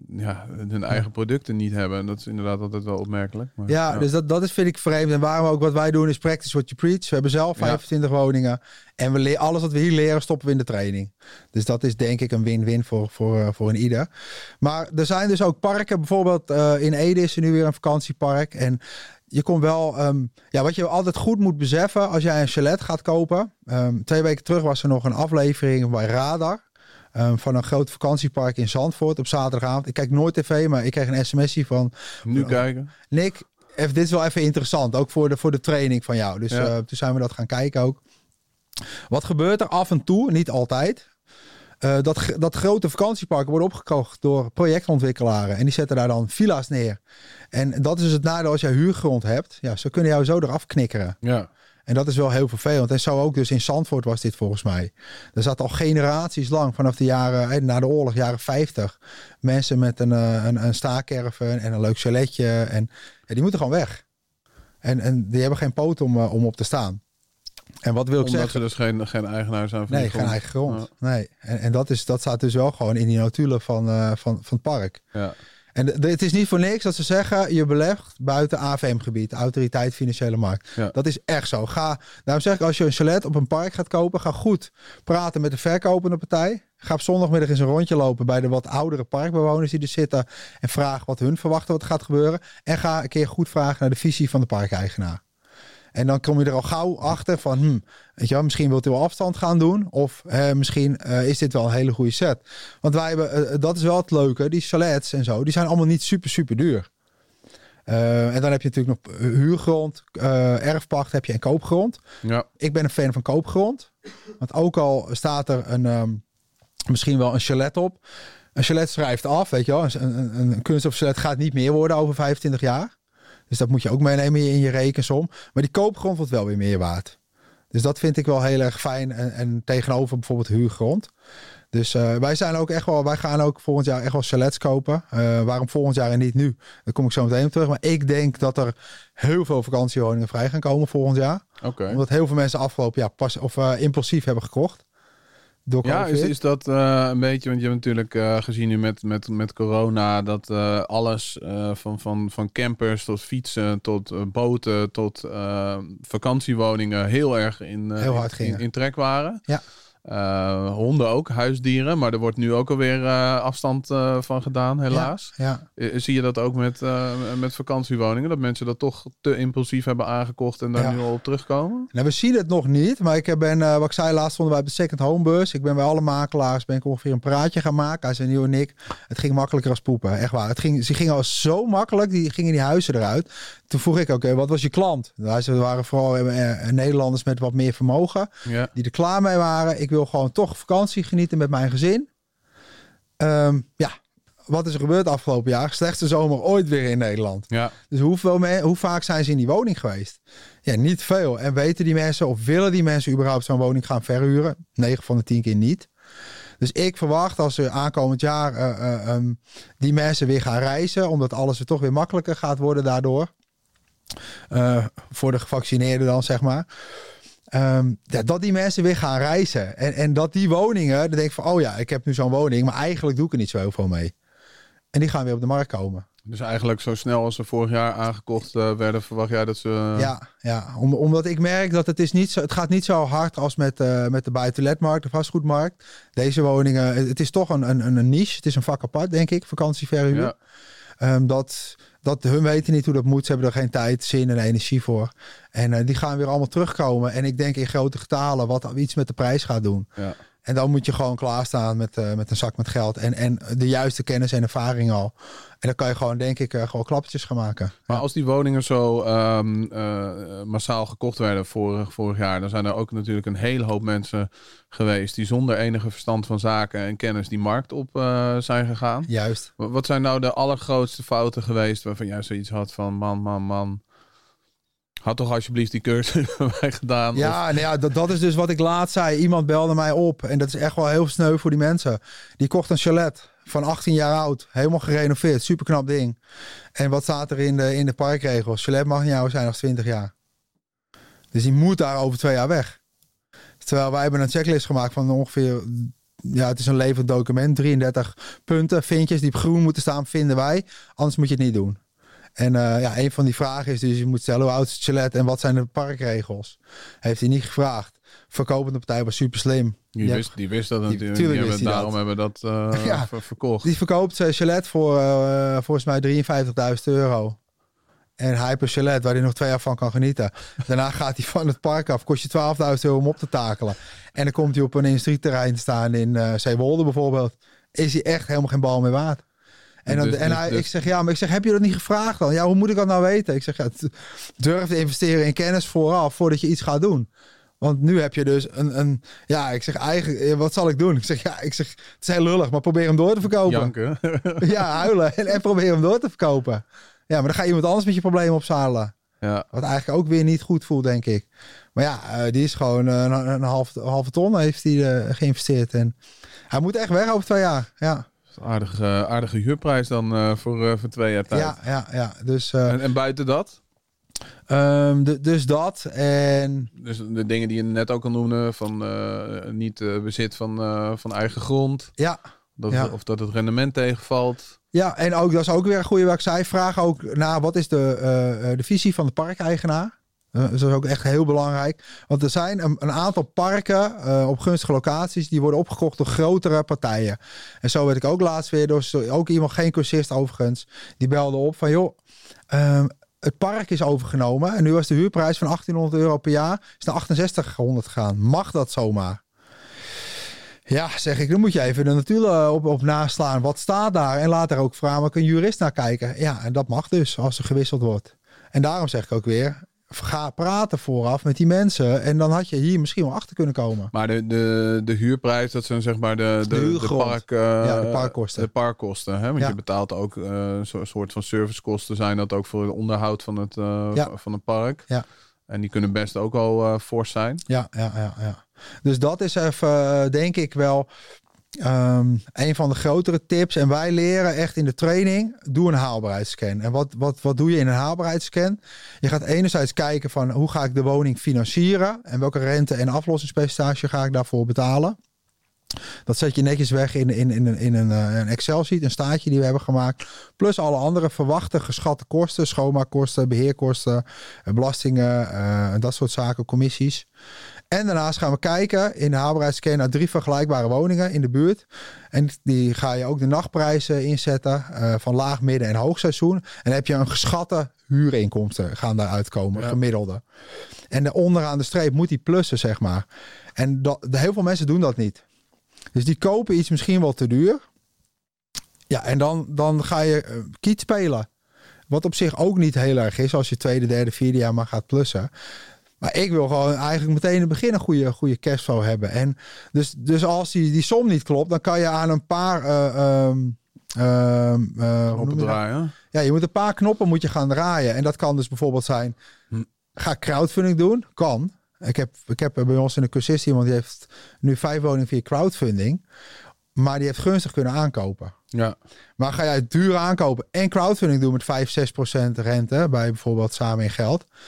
hun eigen producten niet hebben. En dat is inderdaad altijd wel opmerkelijk. Maar, dus dat vind ik vreemd. En waarom ook wat wij doen is practice what you preach. We hebben zelf 25 woningen. En alles wat we hier leren stoppen we in de training. Dus dat is denk ik een win-win voor een ieder. Maar er zijn dus ook parken. Bijvoorbeeld in Ede is er nu weer een vakantiepark. En je komt wel... wat je altijd goed moet beseffen als jij een chalet gaat kopen. 2 weken terug was er nog een aflevering bij Radar. Van een groot vakantiepark in Zandvoort op zaterdagavond. Ik kijk nooit tv, maar ik kreeg een sms'je van... Nu kijken. Nick, dit is wel even interessant. Ook voor de training van jou. Dus toen zijn we dat gaan kijken ook. Wat gebeurt er af en toe? Niet altijd. Dat grote vakantieparken worden opgekocht door projectontwikkelaren. En die zetten daar dan villa's neer. En dat is dus het nadeel als jij huurgrond hebt. Ja, ze kunnen jou zo eraf knikkeren. Ja. En dat is wel heel vervelend. En zo ook dus in Zandvoort was dit volgens mij. Er zat al generaties lang, vanaf de jaren, na de oorlog, jaren 50... mensen met een staakerven en een leuk chaletje. En die moeten gewoon weg. En die hebben geen poot om op te staan. En wat wil ik zeggen? Omdat ze dus geen eigenaar zijn van die grond. Geen eigen grond. Ja. Nee. En dat staat dus wel gewoon in die notulen van het park. Ja. En het is niet voor niks dat ze zeggen, je belegt buiten AFM-gebied, Autoriteit Financiële Markt. Ja. Dat is echt zo. Daarom zeg ik, als je een chalet op een park gaat kopen, ga goed praten met de verkopende partij. Ga op zondagmiddag eens een rondje lopen bij de wat oudere parkbewoners die er zitten en vraag wat hun verwachten wat er gaat gebeuren. En ga een keer goed vragen naar de visie van de parkeigenaar. En dan kom je er al gauw achter van, weet je wel, misschien wilt u wel afstand gaan doen. Of misschien is dit wel een hele goede set. Want wij hebben, dat is wel het leuke, die chalets en zo, die zijn allemaal niet super duur. En dan heb je natuurlijk nog huurgrond, erfpacht heb je en koopgrond. Ja. Ik ben een fan van koopgrond. Want ook al staat er misschien wel een chalet op. Een chalet schrijft af, weet je wel. Een kunststofchalet gaat niet meer worden over 25 jaar. Dus dat moet je ook meenemen in je rekensom. Maar die koopgrond wordt wel weer meer waard. Dus dat vind ik wel heel erg fijn. En tegenover bijvoorbeeld huurgrond. Dus wij gaan ook volgend jaar echt wel chalets kopen. Waarom volgend jaar en niet nu? Daar kom ik zo meteen op terug. Maar ik denk dat er heel veel vakantiewoningen vrij gaan komen volgend jaar. Okay. Omdat heel veel mensen afgelopen jaar impulsief hebben gekocht. Ja, is dat een beetje, want je hebt natuurlijk gezien nu met corona dat alles van campers tot fietsen tot boten tot vakantiewoningen heel erg in trek waren. Ja. Honden ook, huisdieren, maar er wordt nu ook alweer afstand van gedaan, helaas. Ja. Zie je dat ook met vakantiewoningen, dat mensen dat toch te impulsief hebben aangekocht en daar nu al op terugkomen? Nou, we zien het nog niet, maar ik ben, wat ik zei, laatst stonden wij op de second homebus. Ik ben bij alle makelaars ongeveer een praatje gaan maken. Hij zei, nieuwe Nick, het ging makkelijker als poepen, echt waar. Ze gingen al zo makkelijk, gingen die huizen eruit. Toen vroeg ik, oké, wat was je klant? Er waren vooral Nederlanders met wat meer vermogen, die er klaar mee waren. Ik wil gewoon toch vakantie genieten met mijn gezin. Wat is er gebeurd afgelopen jaar? Slechtste zomer ooit weer in Nederland. Ja. Dus hoe vaak zijn ze in die woning geweest? Ja, niet veel. En weten die mensen of willen die mensen überhaupt zo'n woning gaan verhuren? 9 van de 10 keer niet. Dus ik verwacht als er aankomend jaar die mensen weer gaan reizen, omdat alles er toch weer makkelijker gaat worden daardoor. Voor de gevaccineerden dan, zeg maar. Dat die mensen weer gaan reizen. En dat die woningen, dan denk ik van, oh ja, ik heb nu zo'n woning, maar eigenlijk doe ik er niet zo heel veel mee. En die gaan weer op de markt komen. Dus eigenlijk zo snel als ze vorig jaar aangekocht werden, verwacht jij dat ze... Ja, omdat ik merk dat het gaat niet zo hard als met de buitenletmarkt, de vastgoedmarkt. Deze woningen, het is toch een niche. Het is een vak apart, denk ik, vakantieverhuur. Ja. Dat hun weten niet hoe dat moet. Ze hebben er geen tijd, zin en energie voor. En die gaan weer allemaal terugkomen. En ik denk in grote getalen wat iets met de prijs gaat doen. Ja. En dan moet je gewoon klaarstaan met een zak met geld. En de juiste kennis en ervaring al. En dan kan je gewoon, denk ik, gewoon klappertjes gaan maken. Maar als die woningen zo massaal gekocht werden vorig jaar... dan zijn er ook natuurlijk een hele hoop mensen geweest... die zonder enige verstand van zaken en kennis die markt op zijn gegaan. Juist. Wat zijn nou de allergrootste fouten geweest... waarvan jij zoiets had van man... Had toch alsjeblieft die cursus bij mij gedaan? Ja, nou ja, dat is dus wat ik laatst zei. Iemand belde mij op. En dat is echt wel heel sneu voor die mensen. Die kocht een chalet van 18 jaar oud. Helemaal gerenoveerd. Superknap ding. En wat staat er in de parkregels? Chalet mag niet ouder zijn dan 20 jaar. Dus die moet daar over 2 jaar weg. Terwijl wij hebben een checklist gemaakt van ongeveer... Ja, het is een levend document. 33 punten, vinkjes die op groen moeten staan, vinden wij. Anders moet je het niet doen. En een van die vragen is dus, je moet stellen hoe oud is het chalet en wat zijn de parkregels? Heeft hij niet gevraagd. Verkopende partij was super slim. Die wist dat natuurlijk. Daarom hebben we dat verkocht. Die verkoopt zijn chalet voor volgens mij €53.000. En hij heeft een chalet waar hij nog 2 jaar van kan genieten. Daarna gaat hij van het park af. Kost je €12.000 om op te takelen. En dan komt hij op een industrieterrein te staan in Zeewolde bijvoorbeeld. Is hij echt helemaal geen bal meer waard. En ik zeg, heb je dat niet gevraagd dan? Ja, hoe moet ik dat nou weten? Ik zeg, durf te investeren in kennis voordat je iets gaat doen. Want nu heb je dus ik zeg eigenlijk, wat zal ik doen? Ik zeg, het is heel lullig, maar probeer hem door te verkopen. Janken. Ja, huilen en probeer hem door te verkopen. Ja, maar dan ga iemand anders met je probleem opzadelen. Ja. Wat eigenlijk ook weer niet goed voelt, denk ik. Maar ja, die is gewoon een halve ton heeft hij geïnvesteerd. En hij moet echt weg over 2 jaar, ja. Aardige huurprijs dan voor 2 jaar tijd. Ja. Dus, en buiten dat? Dus dat en... Dus de dingen die je net ook al noemde, van niet bezit van eigen grond. Ja. Of dat het rendement tegenvalt. Ja, en ook dat is ook weer een goede wat ik zei. Vraag ook naar wat is de visie van de parkeigenaar. Dat is ook echt heel belangrijk. Want er zijn een aantal parken op gunstige locaties... die worden opgekocht door grotere partijen. En zo werd ik ook laatst weer door ook iemand, geen cursist overigens... die belde op van joh... het park is overgenomen... en nu was de huurprijs van €1.800 per jaar... is naar €6.800 gegaan. Mag dat zomaar? Ja, zeg ik, dan moet je even de natuur op naslaan. Wat staat daar? En laat er ook voornamelijk een jurist naar kijken. Ja, en dat mag dus als er gewisseld wordt. En daarom zeg ik ook weer... ga praten vooraf met die mensen. En dan had je hier misschien wel achter kunnen komen. Maar de huurprijs, dat zijn zeg maar de parkkosten. De parkkosten, hè? Want je betaalt ook een soort van servicekosten. Zijn dat ook voor het onderhoud van het park. Ja. En die kunnen best ook al fors zijn. Ja. Dus dat is even, denk ik wel... een van de grotere tips. En wij leren echt in de training, doe een haalbaarheidsscan. En wat doe je in een haalbaarheidsscan? Je gaat enerzijds kijken van hoe ga ik de woning financieren en welke rente en aflossingspercentage ga ik daarvoor betalen. Dat zet je netjes weg in een Excel-sheet, een staatje die we hebben gemaakt. Plus alle andere verwachte geschatte kosten, schoonmaakkosten, beheerkosten, belastingen, dat soort zaken, commissies. En daarnaast gaan we kijken in de haalbaarheidsscan naar 3 vergelijkbare woningen in de buurt. En die ga je ook de nachtprijzen inzetten van laag, midden en hoogseizoen. En dan heb je een geschatte huurinkomsten gaan daaruit komen, gemiddelde. En onderaan de streep moet die plussen, zeg maar. En heel veel mensen doen dat niet. Dus die kopen iets misschien wel te duur. Ja, en dan ga je kiet spelen. Wat op zich ook niet heel erg is als je 2e, 3e, 4e jaar maar gaat plussen. Maar ik wil gewoon eigenlijk meteen in het begin een goede cashflow hebben. En dus als die som niet klopt, dan kan je aan een paar knoppen draaien. Ja, je moet een paar knoppen moet je gaan draaien. En dat kan dus bijvoorbeeld zijn, ga crowdfunding doen? Kan. Ik heb bij ons in de cursist iemand die heeft nu 5 woningen via crowdfunding. Maar die heeft gunstig kunnen aankopen. Ja. Maar ga jij duur aankopen en crowdfunding doen met 5-6% rente bij bijvoorbeeld Samen in Geld.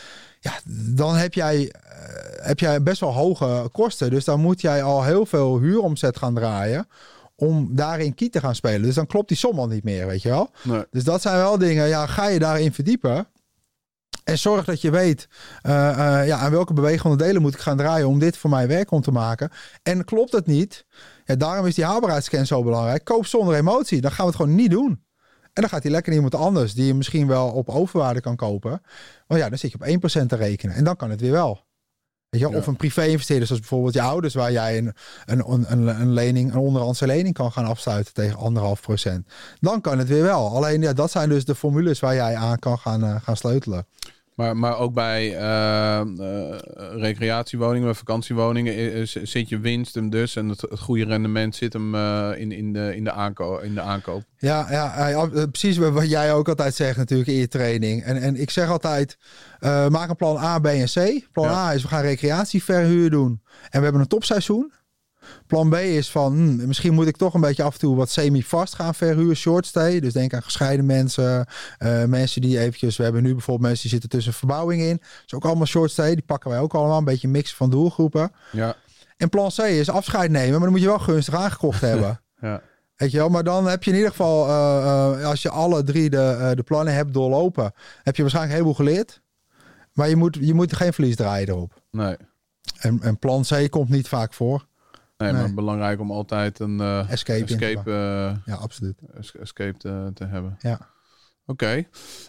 dan heb jij best wel hoge kosten. Dus dan moet jij al heel veel huuromzet gaan draaien om daarin kiet te gaan spelen. Dus dan klopt die som al niet meer, weet je wel. Nee. Dus dat zijn wel dingen, ga je daarin verdiepen. En zorg dat je weet aan welke bewegonderdelen moet ik gaan draaien om dit voor mij werk om te maken. En klopt het niet, daarom is die haalbaarheidsscan zo belangrijk. Koop zonder emotie, dan gaan we het gewoon niet doen. En dan gaat hij lekker naar iemand anders die je misschien wel op overwaarde kan kopen. Want dan zit je op 1% te rekenen en dan kan het weer wel. Weet je? Of een privé-investeerder zoals bijvoorbeeld je ouders, waar jij een lening, een onderhandse lening kan gaan afsluiten tegen 1,5%. Dan kan het weer wel. Alleen dat zijn dus de formules waar jij aan kan gaan sleutelen. Maar ook bij recreatiewoningen, bij vakantiewoningen zit je winst hem dus. En het goede rendement zit hem in de aankoop. Ja, precies wat jij ook altijd zegt natuurlijk in je training. En ik zeg altijd, maak een plan A, B en C. Plan A is, we gaan recreatieverhuur doen. En we hebben een topseizoen. Plan B is van, misschien moet ik toch een beetje af en toe wat semi-vast gaan verhuren, short stay. Dus denk aan gescheiden mensen, mensen die eventjes, we hebben nu bijvoorbeeld mensen die zitten tussen verbouwing in. Dat is ook allemaal short stay, die pakken wij ook allemaal, een beetje een mix van doelgroepen. Ja. En plan C is afscheid nemen, maar dan moet je wel gunstig aangekocht hebben. Ja. Weet je wel, maar dan heb je in ieder geval, als je alle drie de plannen hebt doorlopen, heb je waarschijnlijk een heleboel geleerd. Maar je moet geen verlies draaien erop. Nee. En plan C komt niet vaak voor. Nee, maar belangrijk om altijd een escape ja, absoluut. Escape te hebben. Ja. Oké.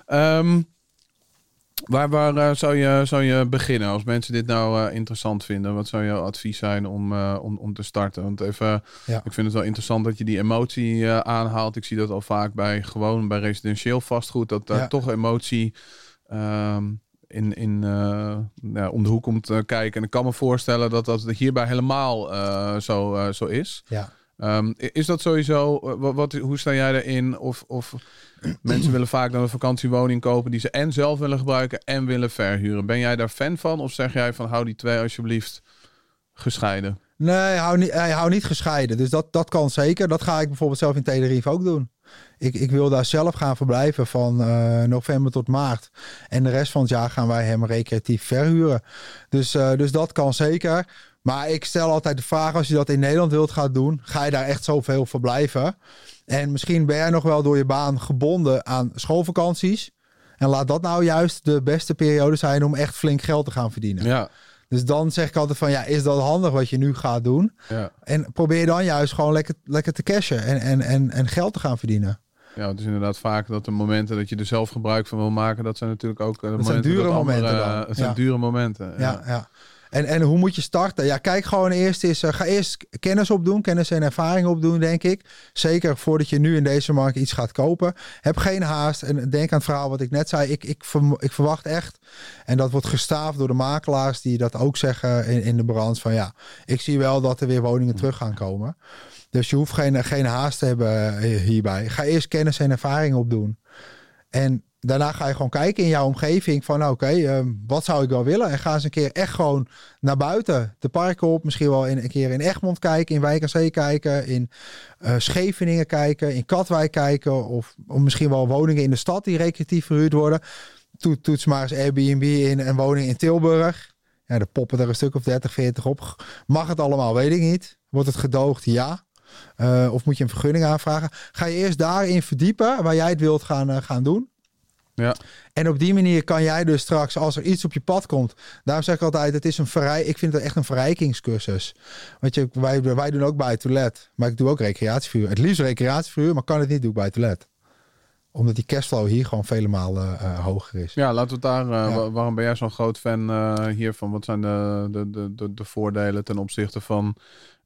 Waar zou je beginnen als mensen dit nou interessant vinden? Wat zou jouw advies zijn om te starten? Want even, ik vind het wel interessant dat je die emotie aanhaalt. Ik zie dat al vaak bij residentieel vastgoed, dat daar toch emotie om de hoek komt kijken. En ik kan me voorstellen dat hierbij helemaal zo is. Ja. Is dat sowieso, hoe sta jij erin? Of mensen willen vaak dan een vakantiewoning kopen die ze en zelf willen gebruiken en willen verhuren. Ben jij daar fan van? Of zeg jij van hou die twee alsjeblieft gescheiden? Nee, hou niet gescheiden. Dus dat kan zeker. Dat ga ik bijvoorbeeld zelf in Tenerife ook doen. Ik wil daar zelf gaan verblijven van november tot maart. En de rest van het jaar gaan wij hem recreatief verhuren. Dus dat kan zeker. Maar ik stel altijd de vraag, als je dat in Nederland wilt gaan doen, ga je daar echt zoveel verblijven? En misschien ben jij nog wel door je baan gebonden aan schoolvakanties. En laat dat nou juist de beste periode zijn om echt flink geld te gaan verdienen. Ja. Dus dan zeg ik altijd van, is dat handig wat je nu gaat doen? Ja. En probeer dan juist gewoon lekker te cashen en geld te gaan verdienen. Ja, het is inderdaad vaak dat de momenten dat je er zelf gebruik van wil maken, dat zijn natuurlijk ook dure momenten. Het zijn dure momenten. Ja. En hoe moet je starten? Ja, kijk gewoon ga eerst kennis opdoen, kennis en ervaring opdoen, denk ik. Zeker voordat je nu in deze markt iets gaat kopen. Heb geen haast en denk aan het verhaal wat ik net zei. Ik verwacht echt, en dat wordt gestaafd door de makelaars die dat ook zeggen in de branche, van ik zie wel dat er weer woningen terug gaan komen. Dus je hoeft geen haast te hebben hierbij. Ga eerst kennis en ervaring opdoen. En daarna ga je gewoon kijken in jouw omgeving van wat zou ik wel willen? En ga eens een keer echt gewoon naar buiten. De parken op, misschien wel een keer in Egmond kijken, in Wijk aan Zee kijken, in Scheveningen kijken, in Katwijk kijken. Of misschien wel woningen in de stad die recreatief verhuurd worden. Toets maar eens Airbnb in een woning in Tilburg. Ja, er poppen er een stuk of 30, 40 op. Mag het allemaal? Weet ik niet. Wordt het gedoogd? Ja. Of moet je een vergunning aanvragen? Ga je eerst daarin verdiepen waar jij het wilt gaan doen. Ja. En op die manier kan jij dus straks, als er iets op je pad komt, daarom zeg ik altijd, ik vind het echt een verrijkingscursus. Want wij doen ook buy to let, maar ik doe ook recreatieverhuur. Het liefst recreatieverhuur, maar kan het niet, doe ik buy to let. Omdat die cashflow hier gewoon vele malen hoger is. Ja, laten we het daar. Waarom ben jij zo'n groot fan hiervan? Wat zijn de voordelen ten opzichte van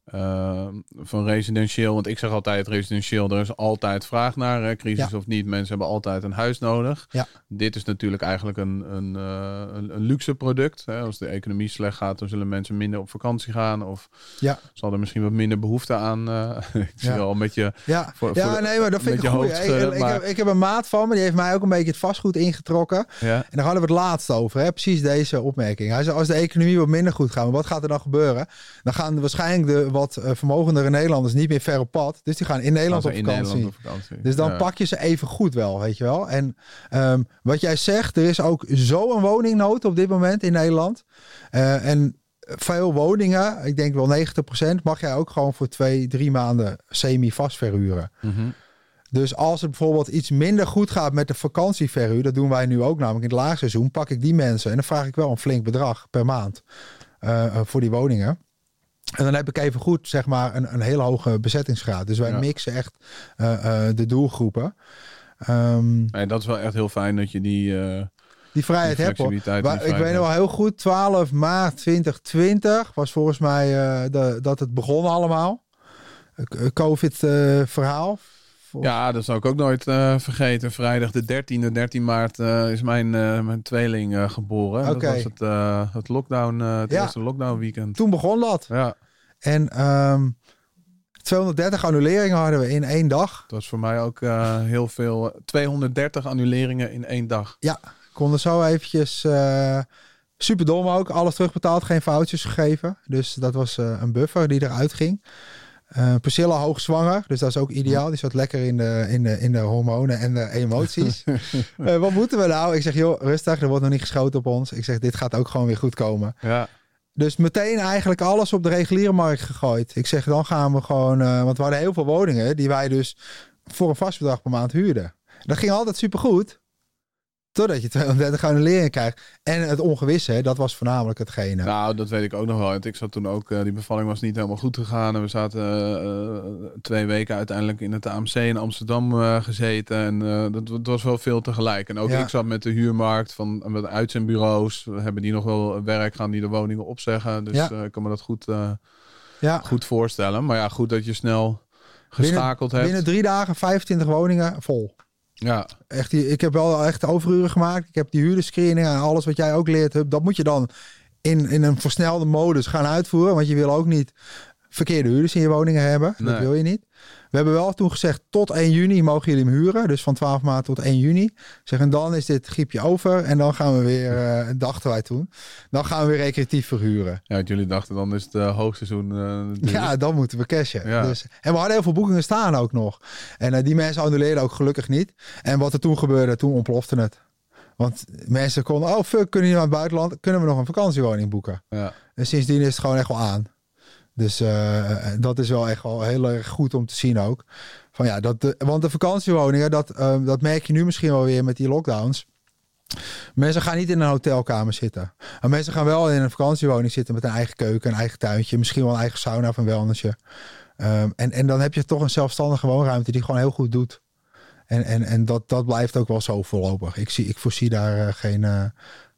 residentieel? Want ik zeg altijd residentieel, er is altijd vraag naar, crisis of niet. Mensen hebben altijd een huis nodig. Ja. Dit is natuurlijk eigenlijk een luxe product. Hè. Als de economie slecht gaat, dan zullen mensen minder op vakantie gaan. Of zal er misschien wat minder behoefte aan. Ik zie wel een beetje. Maar dat vind ik goed. Ik heb een maat van me, die heeft mij ook een beetje het vastgoed ingetrokken. Ja. En daar hadden we het laatst over. Hè. Precies deze opmerking. Hij zei, als de economie wat minder goed gaat, wat gaat er dan gebeuren? Dan gaan waarschijnlijk de wat vermogendere Nederlanders niet meer ver op pad. Dus die gaan in Nederland op vakantie. Dus dan pak je ze even goed wel, weet je wel. En wat jij zegt, er is ook zo'n woningnood op dit moment in Nederland. En veel woningen, ik denk wel 90%, mag jij ook gewoon voor 2-3 maanden semi-vast verhuren. Mm-hmm. Dus als het bijvoorbeeld iets minder goed gaat met de vakantieverhuur, dat doen wij nu ook namelijk in het laagseizoen, pak ik die mensen en dan vraag ik wel een flink bedrag per maand voor die woningen. En dan heb ik even goed, zeg maar, een hele hoge bezettingsgraad. Dus wij mixen echt de doelgroepen. Dat is wel echt heel fijn dat je die vrijheid hebt. Ik weet nog wel heel goed, 12 maart 2020 was volgens mij dat het begon allemaal. COVID-verhaal. Ja, dat zou ik ook nooit vergeten. Vrijdag de 13 maart is mijn tweeling geboren. Okay. Dat was het lockdown, het eerste lockdown weekend. Toen begon dat. Ja. En 230 annuleringen hadden we in 1 dag. Dat was voor mij ook heel veel. 230 annuleringen in 1 dag. Ja, konden zo eventjes... superdom ook. Alles terugbetaald, geen foutjes gegeven. Dus dat was een buffer die eruit ging. Priscilla hoogzwanger, dus dat is ook ideaal. Die zat lekker in de hormonen en de emoties. Wat moeten we nou? Ik zeg, joh, rustig, er wordt nog niet geschoten op ons. Ik zeg, dit gaat ook gewoon weer goed komen. Ja. Dus meteen eigenlijk alles op de reguliere markt gegooid. Ik zeg, dan gaan we gewoon... want we hadden heel veel woningen die wij dus voor een vast bedrag per maand huurden. Dat ging altijd supergoed. Totdat je 230 annuleringen krijgt. En het ongewisse, dat was voornamelijk hetgene. Nou, dat weet ik ook nog wel. Ik zat toen ook, die bevalling was niet helemaal goed gegaan. En we zaten 2 weken uiteindelijk in het AMC in Amsterdam gezeten. En dat was wel veel tegelijk. En ook ik zat met de huurmarkt met uitzendbureaus. Hebben die nog wel werk, gaan die de woningen opzeggen. Dus ik kan me dat goed voorstellen. Maar ja, goed dat je snel geschakeld hebt. Binnen 3 dagen 25 woningen vol. Ja. Echt, ik heb wel echt overuren gemaakt. Ik heb die huurderscreening en alles wat jij ook leert. Dat moet je dan in een versnelde modus gaan uitvoeren. Want je wil ook niet verkeerde huurders in je woningen hebben. Nee. Dat wil je niet. We hebben wel toen gezegd, tot 1 juni mogen jullie hem huren. Dus van 12 maart tot 1 juni. En dan is dit griepje over. En dan gaan we weer, dachten wij toen, dan gaan we weer recreatief verhuren. Ja, jullie dachten dan is het hoogseizoen. Ja, dan moeten we cashen. Ja. Dus, en we hadden heel veel boekingen staan ook nog. En die mensen annuleerden ook gelukkig niet. En wat er toen gebeurde, toen ontplofte het. Want mensen konden, oh fuck, kunnen jullie naar het buitenland? Kunnen we nog een vakantiewoning boeken? Ja. En sindsdien is het gewoon echt wel aan. Dus dat is wel echt wel heel erg goed om te zien ook. Van ja, want de vakantiewoningen, dat merk je nu misschien wel weer met die lockdowns. Mensen gaan niet in een hotelkamer zitten. Maar mensen gaan wel in een vakantiewoning zitten met een eigen keuken, een eigen tuintje. Misschien wel een eigen sauna of een wellnessje. En dan heb je toch een zelfstandige woonruimte die gewoon heel goed doet. En dat blijft ook wel zo voorlopig. Ik voorzie daar geen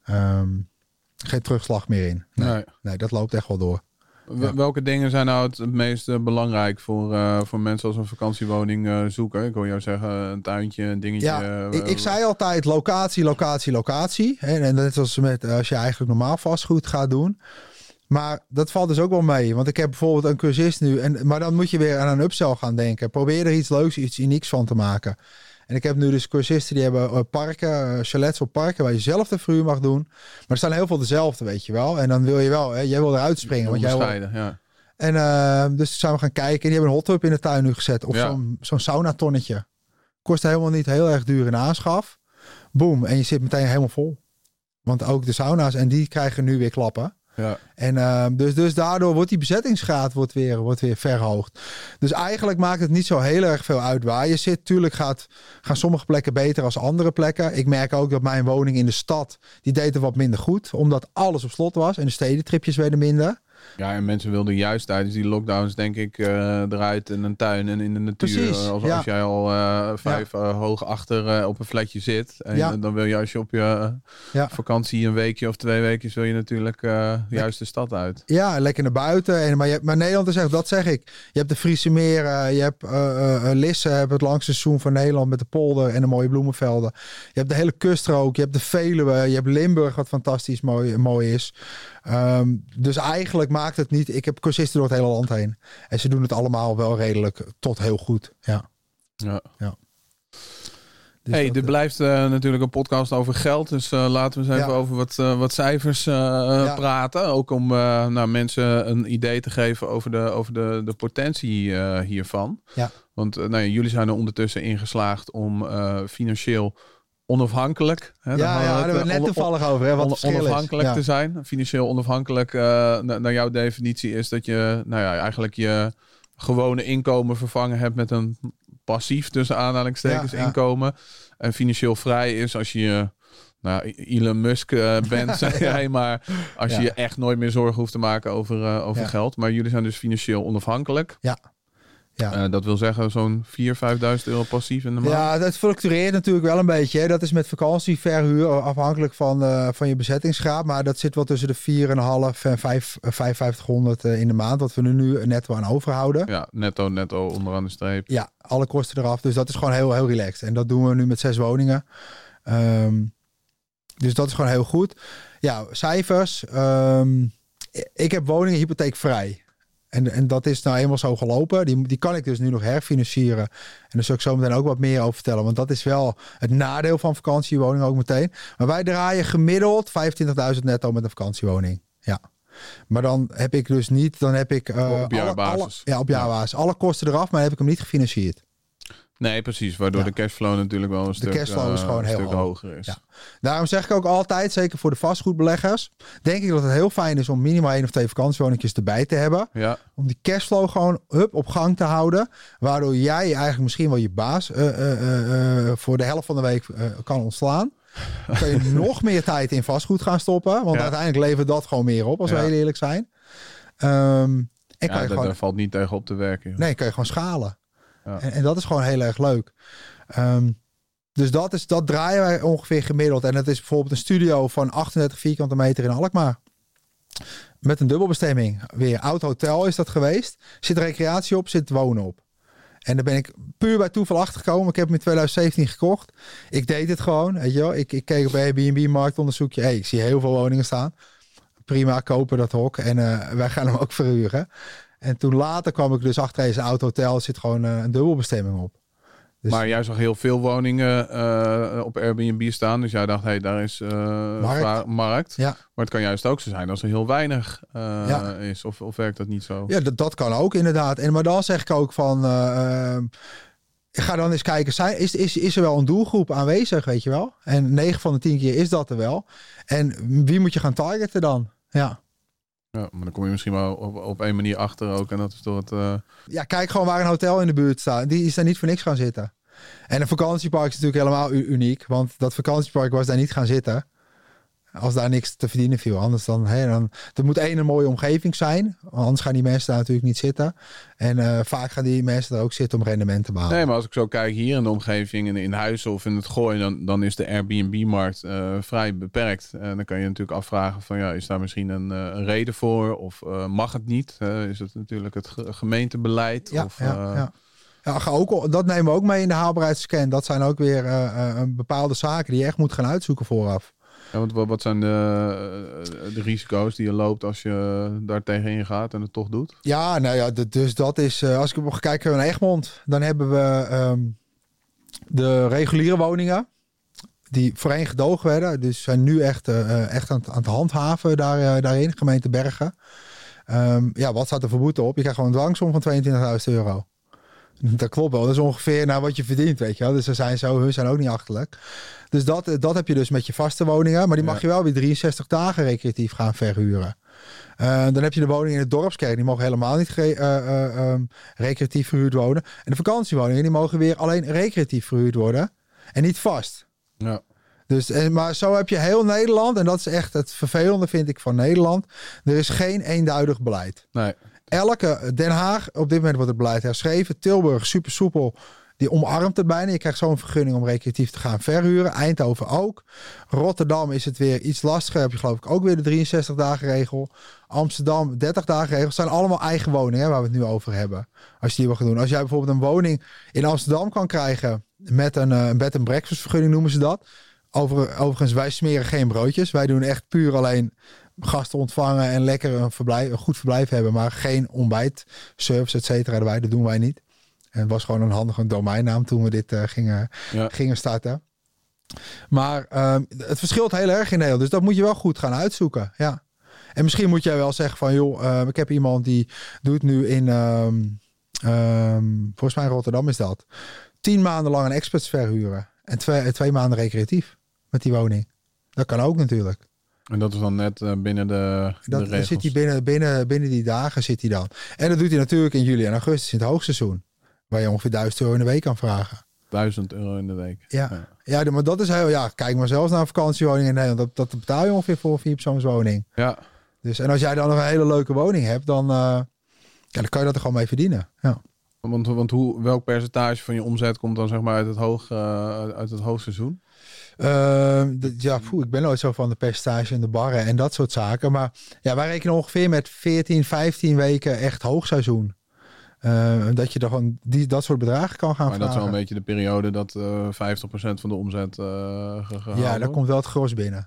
terugslag meer in. Nee, dat loopt echt wel door. Ja. Welke dingen zijn nou het meest belangrijk voor mensen als een vakantiewoning zoeken? Ik hoor jou zeggen een tuintje, een dingetje. Ja, ik zei altijd locatie. En net als als je eigenlijk normaal vastgoed gaat doen. Maar dat valt dus ook wel mee. Want ik heb bijvoorbeeld een cursist nu. Maar dan moet je weer aan een upsell gaan denken. Probeer er iets leuks, iets unieks van te maken. En ik heb nu dus cursisten die hebben parken, chalets op parken waar je zelf de verhuur mag doen. Maar er staan heel veel dezelfde, weet je wel. En dan wil je wel, jij wil eruit springen. Want jij wil... ja. En dus zijn we gaan kijken. En die hebben een hot tub in de tuin nu gezet. Of zo'n saunatonnetje. Kost helemaal niet heel erg duur in aanschaf. Boom. En je zit meteen helemaal vol. Want ook de sauna's en die krijgen nu weer klappen. Ja. En dus daardoor wordt die bezettingsgraad wordt weer verhoogd. Dus eigenlijk maakt het niet zo heel erg veel uit waar je zit. Tuurlijk gaan sommige plekken beter als andere plekken. Ik merk ook dat mijn woning in de stad, die deed er wat minder goed. Omdat alles op slot was en de stedentripjes werden minder. Ja, en mensen wilden juist tijdens die lockdowns, denk ik, eruit in een tuin en in de natuur. Precies, als jij al 5 hoog achter op een flatje zit. En dan wil je, als je op je vakantie een weekje of 2 weken, wil je natuurlijk juist de stad uit. Ja, lekker naar buiten. Maar Nederland is echt, dat zeg ik. Je hebt de Friese meren, je hebt Lisse, het langste seizoen van Nederland met de polder en de mooie bloemenvelden. Je hebt de hele kuststrook, je hebt de Veluwe, je hebt Limburg, wat fantastisch mooi is. Dus eigenlijk maakt het niet. Ik heb cursisten door het hele land heen. En ze doen het allemaal wel redelijk tot heel goed. Ja. Dus Hey, dit blijft natuurlijk een podcast over geld. Dus laten we eens even over wat cijfers praten. Ook om mensen een idee te geven over de potentie hiervan. Ja. Want jullie zijn er ondertussen ingeslaagd om financieel onafhankelijk. Hè, daar hebben we het net toevallig over. Hè, wat het verschil onafhankelijk is. te zijn. Financieel onafhankelijk, naar jouw definitie, is dat je eigenlijk je gewone inkomen vervangen hebt met een passief, tussen aanhalingstekens, inkomen. En financieel vrij is als je Elon Musk bent, zeg jij, maar als je je echt nooit meer zorgen hoeft te maken over geld. Maar jullie zijn dus financieel onafhankelijk. Ja. Ja. Dat wil zeggen zo'n 4.000-5.000 euro passief in de maand? Ja, dat fluctueert natuurlijk wel een beetje. Hè. Dat is met vakantieverhuur afhankelijk van je bezettingsgraad. Maar dat zit wel tussen de 4.500 en 5.500 in de maand. Wat we nu netto aan overhouden. Ja, netto onderaan de streep. Ja, alle kosten eraf. Dus dat is gewoon heel, heel relaxed. En dat doen we nu met 6 woningen. Dus dat is gewoon heel goed. Ja, cijfers. Ik heb woningen hypotheekvrij. En dat is nou eenmaal zo gelopen. Die kan ik dus nu nog herfinancieren. En daar zal ik zo meteen ook wat meer over vertellen. Want dat is wel het nadeel van vakantiewoningen ook meteen. Maar wij draaien gemiddeld 25.000 netto met een vakantiewoning. Ja. Maar dan heb ik dus niet... Dan heb ik op jaarbasis. Op jaarbasis. Alle kosten eraf, maar dan heb ik hem niet gefinancierd. Nee, precies. Waardoor de cashflow natuurlijk wel een stuk hoger is. Ja. Daarom zeg ik ook altijd, zeker voor de vastgoedbeleggers, denk ik dat het heel fijn is om minimaal 1 of 2 vakantiewoningjes erbij te hebben. Ja. Om die cashflow gewoon op gang te houden. Waardoor jij eigenlijk misschien wel je baas voor de helft van de week kan ontslaan. Dan kun je nog meer tijd in vastgoed gaan stoppen. Want uiteindelijk levert dat gewoon meer op, als we heel eerlijk zijn. Daar valt niet tegen op te werken. Joh. Nee, kan je gewoon schalen. Ja. En dat is gewoon heel erg leuk. Dus dat draaien wij ongeveer gemiddeld. En dat is bijvoorbeeld een studio van 38 vierkante meter in Alkmaar. Met een dubbelbestemming. Weer oud hotel is dat geweest. Zit recreatie op, zit wonen op. En daar ben ik puur bij toeval achtergekomen. Ik heb hem in 2017 gekocht. Ik deed het gewoon. Weet je wel. Ik keek op Airbnb marktonderzoekje. Ik zie heel veel woningen staan. Prima, kopen dat hok. En wij gaan hem ook verhuren. En toen later kwam ik dus achter deze oud hotel. Er zit gewoon een dubbelbestemming op. Dus maar jij zag heel veel woningen op Airbnb staan. Dus jij dacht, daar is markt. Ja. Maar het kan juist ook zo zijn als er heel weinig is. Of werkt dat niet zo? Ja, dat kan ook inderdaad. Maar dan zeg ik ook van... ga dan eens kijken, is er wel een doelgroep aanwezig, weet je wel? En 9 van de 10 keer is dat er wel. En wie moet je gaan targeten dan? Ja. Ja, maar dan kom je misschien wel op één manier achter ook. En dat is door het... Ja, kijk gewoon waar een hotel in de buurt staat. Die is daar niet voor niks gaan zitten. En een vakantiepark is natuurlijk helemaal uniek. Want dat vakantiepark was daar niet gaan zitten. Als daar niks te verdienen viel. Anders dan... Er moet een mooie omgeving zijn. Anders gaan die mensen daar natuurlijk niet zitten. En vaak gaan die mensen er ook zitten om rendement te behalen. Nee, maar als ik zo kijk hier in de omgeving, in Huizen of in het Gooi, dan is de Airbnb-markt vrij beperkt. En dan kan je natuurlijk afvragen van is daar misschien een reden voor? Of mag het niet? Is het natuurlijk het gemeentebeleid? Dat nemen we ook mee in de haalbaarheidsscan. Dat zijn ook weer bepaalde zaken die je echt moet gaan uitzoeken vooraf. Ja, want wat zijn de risico's die je loopt als je daar tegenin gaat en het toch doet? Ja, dus dat is... als ik kijk naar Egmond, dan hebben we de reguliere woningen die voorheen gedogen werden. Dus zijn nu echt aan het handhaven daarin, gemeente Bergen. Wat staat er voor boete op? Je krijgt gewoon een dwangsom van €22.000. Dat klopt wel. Dat is ongeveer wat je verdient, weet je wel. Dus hun zijn ook niet achterlijk. Dus dat heb je dus met je vaste woningen. Maar die mag je wel weer 63 dagen recreatief gaan verhuren. Dan heb je de woningen in het dorpskern. Die mogen helemaal niet recreatief verhuurd worden. En de vakantiewoningen die mogen weer alleen recreatief verhuurd worden. En niet vast. Ja. Maar zo heb je heel Nederland. En dat is echt het vervelende, vind ik, van Nederland. Er is geen eenduidig beleid. Nee. Den Haag, op dit moment wordt het beleid herschreven. Tilburg, super soepel. Die omarmt het bijna. Je krijgt zo'n vergunning om recreatief te gaan verhuren. Eindhoven ook. Rotterdam is het weer iets lastiger. Heb je geloof ik ook weer de 63 dagen regel. Amsterdam 30 dagen regel. Het zijn allemaal eigen woningen waar we het nu over hebben. Als je die wil gaan doen. Als jij bijvoorbeeld een woning in Amsterdam kan krijgen met een bed and breakfast vergunning noemen ze dat. Overigens, wij smeren geen broodjes. Wij doen echt puur alleen gasten ontvangen en lekker een goed verblijf hebben. Maar geen ontbijt, service, et cetera erbij. Dat doen wij niet. En het was gewoon een handige domeinnaam toen we dit gingen starten. Maar het verschilt heel erg in Nederland. Dus dat moet je wel goed gaan uitzoeken. Ja. En misschien moet jij wel zeggen van... joh, ik heb iemand die doet nu in... volgens mij in Rotterdam is dat. 10 maanden lang een experts verhuren. En 2 maanden recreatief met die woning. Dat kan ook natuurlijk. En dat is dan net binnen de regels. Dan zit hij binnen die dagen zit hij dan. En dat doet hij natuurlijk in juli en augustus in het hoogseizoen. Waar je ongeveer €1000 in de week kan vragen. €1000 in de week. Ja, maar dat is heel... Ja, kijk maar zelfs naar een vakantiewoning in Nederland. Dat betaal je ongeveer voor een 4-persoonswoning. Ja. Dus, en als jij dan nog een hele leuke woning hebt, dan kan je dat er gewoon mee verdienen. Ja. Want welk percentage van je omzet komt dan zeg maar uit het hoogseizoen? Ik ben nooit zo van de percentage en de barren en dat soort zaken. Maar ja, wij rekenen ongeveer met 14, 15 weken echt hoogseizoen. Dat je er gewoon dat soort bedragen kan gaan vragen. Maar dat is wel een beetje de periode dat 50% van de omzet gehaald Ja, daar komt wel het gros binnen.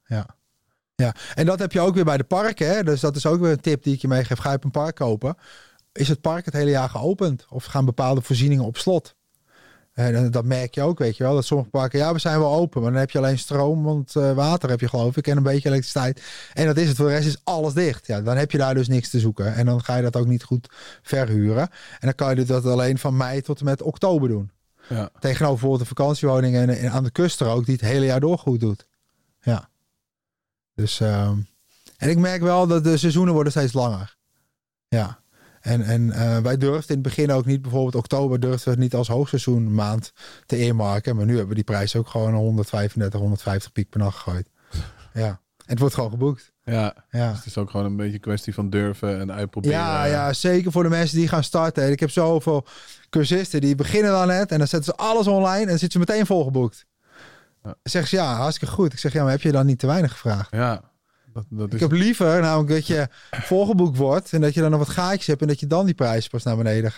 Ja. En dat heb je ook weer bij de parken. Hè? Dus dat is ook weer een tip die ik je meegeef. Ga je op een park kopen? Is het park het hele jaar geopend? Of gaan bepaalde voorzieningen op slot? En dat merk je ook, weet je wel. Dat sommige parken, we zijn wel open. Maar dan heb je alleen stroom, want water heb je geloof ik. En een beetje elektriciteit. En dat is het. Voor de rest is alles dicht. Ja, dan heb je daar dus niks te zoeken. En dan ga je dat ook niet goed verhuren. En dan kan je dat alleen van mei tot en met oktober doen. Ja. Tegenover bijvoorbeeld de vakantiewoningen en aan de kust er ook. Die het hele jaar door goed doet. Ja. Dus, en ik merk wel dat de seizoenen worden steeds langer. Ja. En wij durfden in het begin ook niet, bijvoorbeeld oktober durfden we het niet als hoogseizoen maand te earmarken. Maar nu hebben we die prijs ook gewoon 135, 150 piek per nacht gegooid. Ja. En het wordt gewoon geboekt. Ja. Dus het is ook gewoon een beetje een kwestie van durven en uitproberen. Ja, zeker voor de mensen die gaan starten. Ik heb zoveel cursisten die beginnen dan net en dan zetten ze alles online en dan zitten ze meteen volgeboekt. Ja. Zeggen ze hartstikke goed. Ik zeg maar heb je dan niet te weinig gevraagd? Ja. Ik heb liever namelijk dat je volgeboekt wordt en dat je dan nog wat gaatjes hebt en dat je dan die prijs pas naar beneden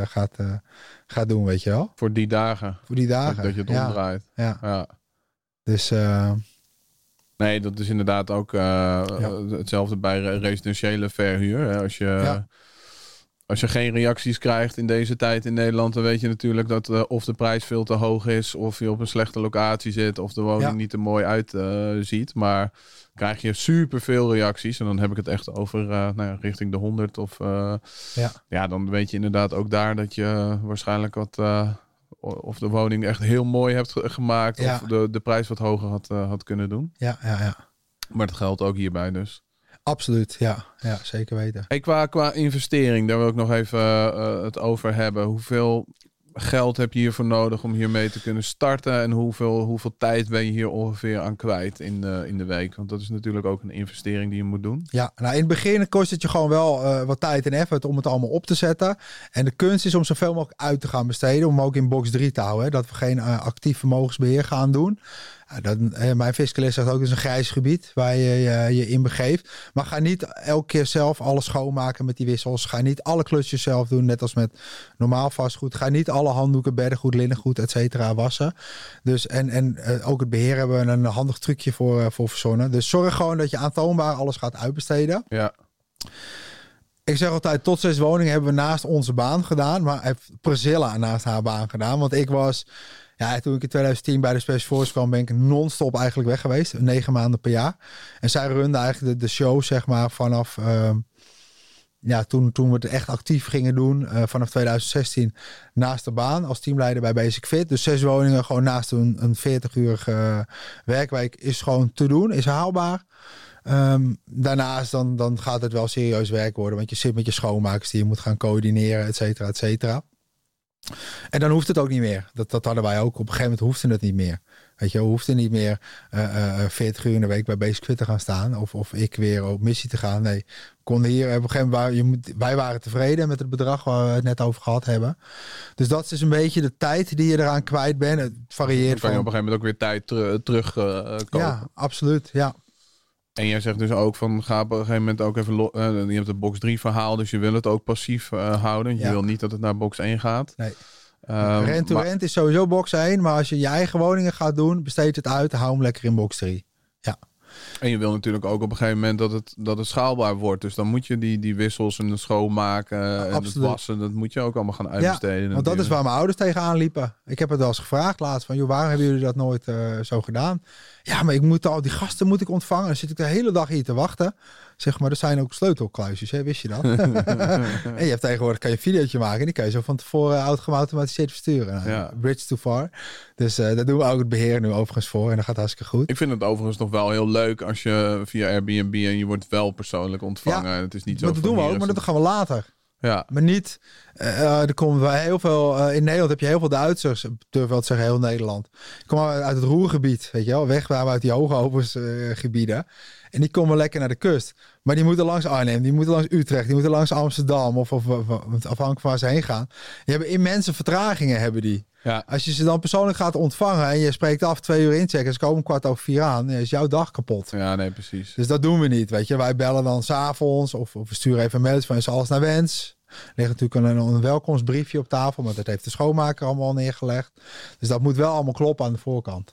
gaat doen, weet je wel. Voor die dagen. Dat je het omdraait. Ja. Dus... Nee, dat is inderdaad ook hetzelfde bij residentiële verhuur. Hè. Als je geen reacties krijgt in deze tijd in Nederland, dan weet je natuurlijk dat of de prijs veel te hoog is, of je op een slechte locatie zit, of de woning niet er mooi uitziet. Maar krijg je superveel reacties, en dan heb ik het echt over richting de 100. Dan weet je inderdaad ook daar dat je waarschijnlijk of de woning echt heel mooi hebt gemaakt, of de prijs wat hoger had kunnen doen. Ja. Maar dat geldt ook hierbij dus. Absoluut, ja, zeker weten. Hey, qua investering, daar wil ik nog even het over hebben. Hoeveel geld heb je hiervoor nodig om hiermee te kunnen starten? En hoeveel tijd ben je hier ongeveer aan kwijt in de week? Want dat is natuurlijk ook een investering die je moet doen. Ja, in het begin kost het je gewoon wel wat tijd en effort om het allemaal op te zetten. En de kunst is om zoveel mogelijk uit te gaan besteden. Om ook in box 3 te houden. Hè, dat we geen actief vermogensbeheer gaan doen. Mijn fiscalist zegt ook, het is een grijs gebied waar je in begeeft. Maar ga niet elke keer zelf alles schoonmaken met die wissels. Ga niet alle klusjes zelf doen, net als met normaal vastgoed. Ga niet alle handdoeken, beddengoed, linnengoed, et cetera wassen. Dus, en ook het beheer hebben we een handig trucje voor verzonnen. Dus zorg gewoon dat je aantoonbaar alles gaat uitbesteden. Ja. Ik zeg altijd, tot 6 woningen hebben we naast onze baan gedaan. Maar heeft Priscilla naast haar baan gedaan. Want ik was... Ja, toen ik in 2010 bij de Special Forces kwam, ben ik non-stop eigenlijk weg geweest. 9 maanden per jaar. En zij runde eigenlijk de show, zeg maar, vanaf... toen we het echt actief gingen doen, vanaf 2016 naast de baan als teamleider bij Basic Fit. Dus 6 woningen gewoon naast een 40-urige werkweek is gewoon te doen, is haalbaar. Daarnaast dan gaat het wel serieus werk worden, want je zit met je schoonmakers die je moet gaan coördineren, et cetera, et cetera. En dan hoeft het ook niet meer. Dat hadden wij ook. Op een gegeven moment hoefde het niet meer. Weet je, we hoefden niet meer 40 uur in de week bij Basic Fit te gaan staan. Of ik weer op missie te gaan. Nee, we konden hier op een gegeven moment... Wij waren tevreden met het bedrag waar we het net over gehad hebben. Dus dat is een beetje de tijd die je eraan kwijt bent. Het varieert. Dan kan je op een gegeven moment ook weer tijd terugkopen. Ja, absoluut. Ja. En jij zegt dus ook van, ga op een gegeven moment ook even... je hebt het box 3 verhaal, dus je wil het ook passief houden. Je wil niet dat het naar box 1 gaat. Nee. Rent-to-rent is sowieso box 1. Maar als je je eigen woningen gaat doen, besteed het uit. Hou hem lekker in box 3. Ja. En je wil natuurlijk ook op een gegeven moment dat het schaalbaar wordt. Dus dan moet je die wissels en het schoonmaken en het wassen, dat moet je ook allemaal gaan uitbesteden. Ja, want dat is waar mijn ouders tegenaan liepen. Ik heb het wel eens gevraagd laatst van, joh, waarom hebben jullie dat nooit zo gedaan? Ja, maar die gasten moet ik ontvangen. Dan zit ik de hele dag hier te wachten. Zeg maar, er zijn ook sleutelkluisjes, hè? Wist je dat? En je hebt tegenwoordig, kan je een videootje maken en die kan je zo van tevoren automatiseerd versturen. Nou, bridge too far. Dus daar doen we ook het beheer nu overigens voor en dat gaat hartstikke goed. Ik vind het overigens nog wel heel leuk als je via Airbnb en je wordt wel persoonlijk ontvangen. Ja, het is niet zo. Maar dat doen we ook, maar dat gaan we later. Ja. Maar niet, er komen wel heel veel, in Nederland heb je heel veel Duitsers, ik durf wel te zeggen heel Nederland. Die komen uit het Roergebied, weet je wel, weg waar we uit die hoogoversgebieden. En die komen lekker naar de kust. Maar die moeten langs Arnhem, die moeten langs Utrecht, die moeten langs Amsterdam of afhankelijk van waar ze heen gaan. Die hebben immense vertragingen, hebben die. Ja. Als je ze dan persoonlijk gaat ontvangen en je spreekt af 2 uur inchecken, ze komen 4:15 aan, is jouw dag kapot. Ja, nee, precies. Dus dat doen we niet, weet je. Wij bellen dan 's avonds of we sturen even mails van is alles naar wens. Er ligt natuurlijk een welkomstbriefje op tafel, maar dat heeft de schoonmaker allemaal neergelegd. Dus dat moet wel allemaal kloppen aan de voorkant.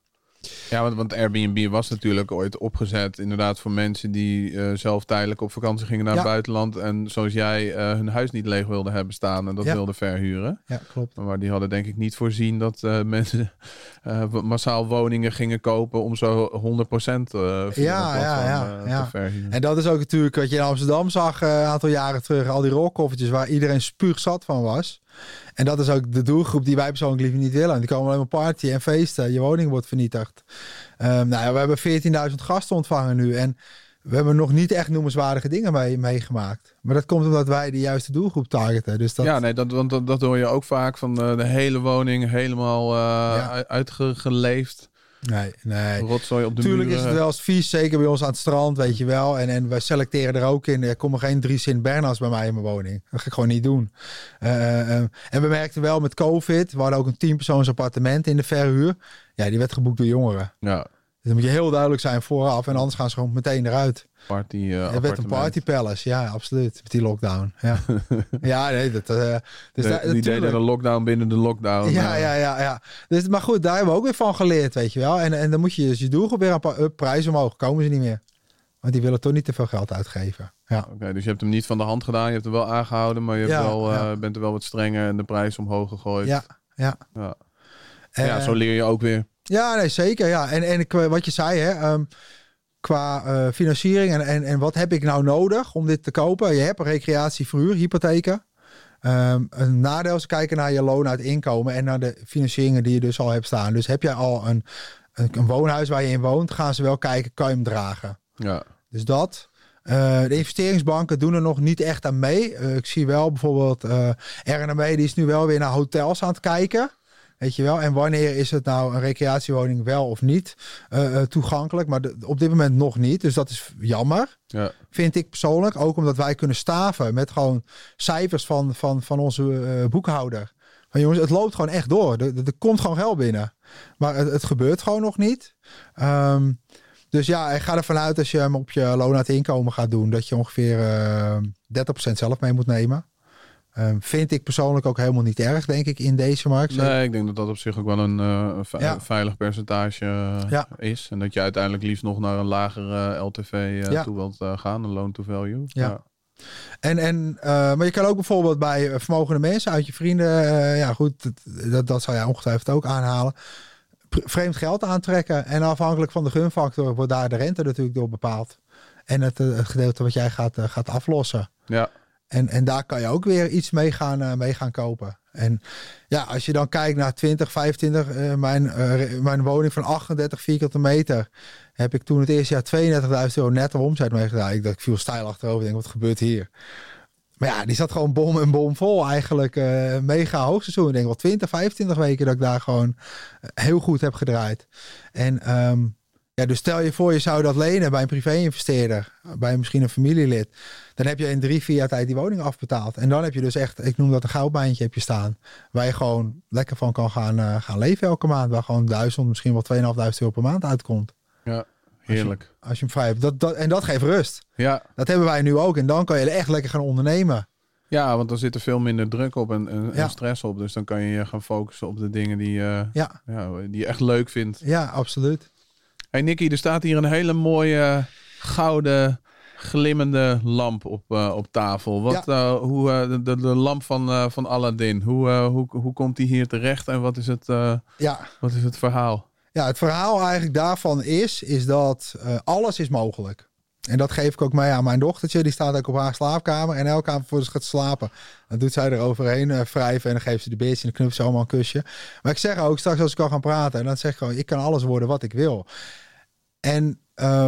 Ja, want Airbnb was natuurlijk ooit opgezet inderdaad voor mensen die zelf tijdelijk op vakantie gingen naar het buitenland. En zoals jij hun huis niet leeg wilden hebben staan en dat wilden verhuren. Ja, klopt. Maar die hadden denk ik niet voorzien dat mensen massaal woningen gingen kopen om zo 100% te verhuren. En dat is ook natuurlijk wat je in Amsterdam zag een aantal jaren terug. Al die rolkoffertjes waar iedereen spuugzat van was. En dat is ook de doelgroep die wij persoonlijk liever niet willen. Die komen alleen maar party en feesten. Je woning wordt vernietigd. We hebben 14.000 gasten ontvangen nu. En we hebben nog niet echt noemenswaardige dingen meegemaakt. Maar dat komt omdat wij de juiste doelgroep targeten. Dus dat... Ja, nee, dat hoor je ook vaak van de hele woning helemaal uitgeleefd. Nee. Rotzooi op de Tuurlijk muren. is het wel eens vies, zeker bij ons aan het strand, weet je wel. En wij selecteren er ook in. Er komen geen 3 Sint-Bernards bij mij in mijn woning. Dat ga ik gewoon niet doen. En we merkten wel met COVID, we hadden ook een 10-persoons appartement in de verhuur. Ja, die werd geboekt door jongeren. Ja. Dus dan moet je heel duidelijk zijn vooraf en anders gaan ze gewoon meteen eruit. Het werd een party palace, ja, absoluut. Met die lockdown. Ja, ja nee, die deden een lockdown binnen de lockdown. Ja. Dus, maar goed, daar hebben we ook weer van geleerd, weet je wel. En dan moet je dus je doelgroep weer een prijs omhoog. Komen ze niet meer. Want die willen toch niet te veel geld uitgeven. Ja. Oké, dus je hebt hem niet van de hand gedaan. Je hebt hem wel aangehouden, maar je hebt bent er wel wat strenger en de prijs omhoog gegooid. Ja, zo leer je ook weer. Ja, nee, zeker. Ja. En wat je zei, hè, qua financiering en wat heb ik nou nodig om dit te kopen? Je hebt een recreatieverhuur, hypotheken. Een nadeel is kijken naar je loon uit inkomen en naar de financieringen die je dus al hebt staan. Dus heb jij al een woonhuis waar je in woont, gaan ze wel kijken, kan je hem dragen? Ja. Dus dat. De investeringsbanken doen er nog niet echt aan mee. Ik zie wel bijvoorbeeld RNME, die is nu wel weer naar hotels aan het kijken. Weet je wel? En wanneer is het nou een recreatiewoning wel of niet toegankelijk? Maar op dit moment nog niet. Dus dat is jammer. Ja. Vind ik persoonlijk. Ook omdat wij kunnen staven met gewoon cijfers van onze boekhouder. Maar jongens, het loopt gewoon echt door. Er komt gewoon geld binnen. Maar het gebeurt gewoon nog niet. Dus ja, ik ga ervan uit als je hem op je loon uit inkomen gaat doen, dat je ongeveer 30% zelf mee moet nemen. Vind ik persoonlijk ook helemaal niet erg, denk ik, in deze markt. Nee, ik denk dat dat op zich ook wel een veilig percentage is. En dat je uiteindelijk liefst nog naar een lagere LTV toe wilt gaan, een loan to value. Ja. Maar je kan ook bijvoorbeeld bij vermogende mensen uit je vrienden, dat zal jij ongetwijfeld ook aanhalen, vreemd geld aantrekken. En afhankelijk van de gunfactor wordt daar de rente natuurlijk door bepaald. En het gedeelte wat jij gaat aflossen. Ja. En daar kan je ook weer iets mee gaan kopen. En ja, als je dan kijkt naar 2025, mijn woning van 38 vierkante meter, heb ik toen het eerste jaar €32.000 netto omzet mee gedaan. Ik viel stijl achterover, denk wat gebeurt hier? Maar ja, die zat gewoon bom en bom vol eigenlijk. Mega hoogseizoen. Ik denk wel 20, 25 weken dat ik daar gewoon heel goed heb gedraaid. En dus stel je voor je zou dat lenen bij een privé-investeerder, bij misschien een familielid. Dan heb je in 3-4 jaar tijd die woning afbetaald. En dan heb je dus echt, ik noem dat een goudmijntje heb je staan. Waar je gewoon lekker van kan gaan leven elke maand. Waar gewoon 1000, misschien wel €2.500 per maand uitkomt. Ja, heerlijk. Als je hem vrij hebt. En dat geeft rust. Ja. Dat hebben wij nu ook. En dan kan je echt lekker gaan ondernemen. Ja, want dan zit er veel minder druk op en stress op. Dus dan kan je gaan focussen op de dingen die je echt leuk vindt. Ja, absoluut. Hey Nicky, er staat hier een hele mooie gouden glimmende lamp op tafel. De lamp van Aladdin. Hoe komt die hier terecht en wat is het verhaal? Ja, het verhaal eigenlijk daarvan is dat alles is mogelijk. En dat geef ik ook mee aan mijn dochtertje. Die staat ook op haar slaapkamer. En elke avond voor ze gaat slapen, dan doet zij er overheen wrijven. En dan geeft ze de beertje en dan knuffelt ze allemaal een kusje. Maar ik zeg ook straks als ik al gaan praten. En dan zeg ik gewoon, ik kan alles worden wat ik wil. En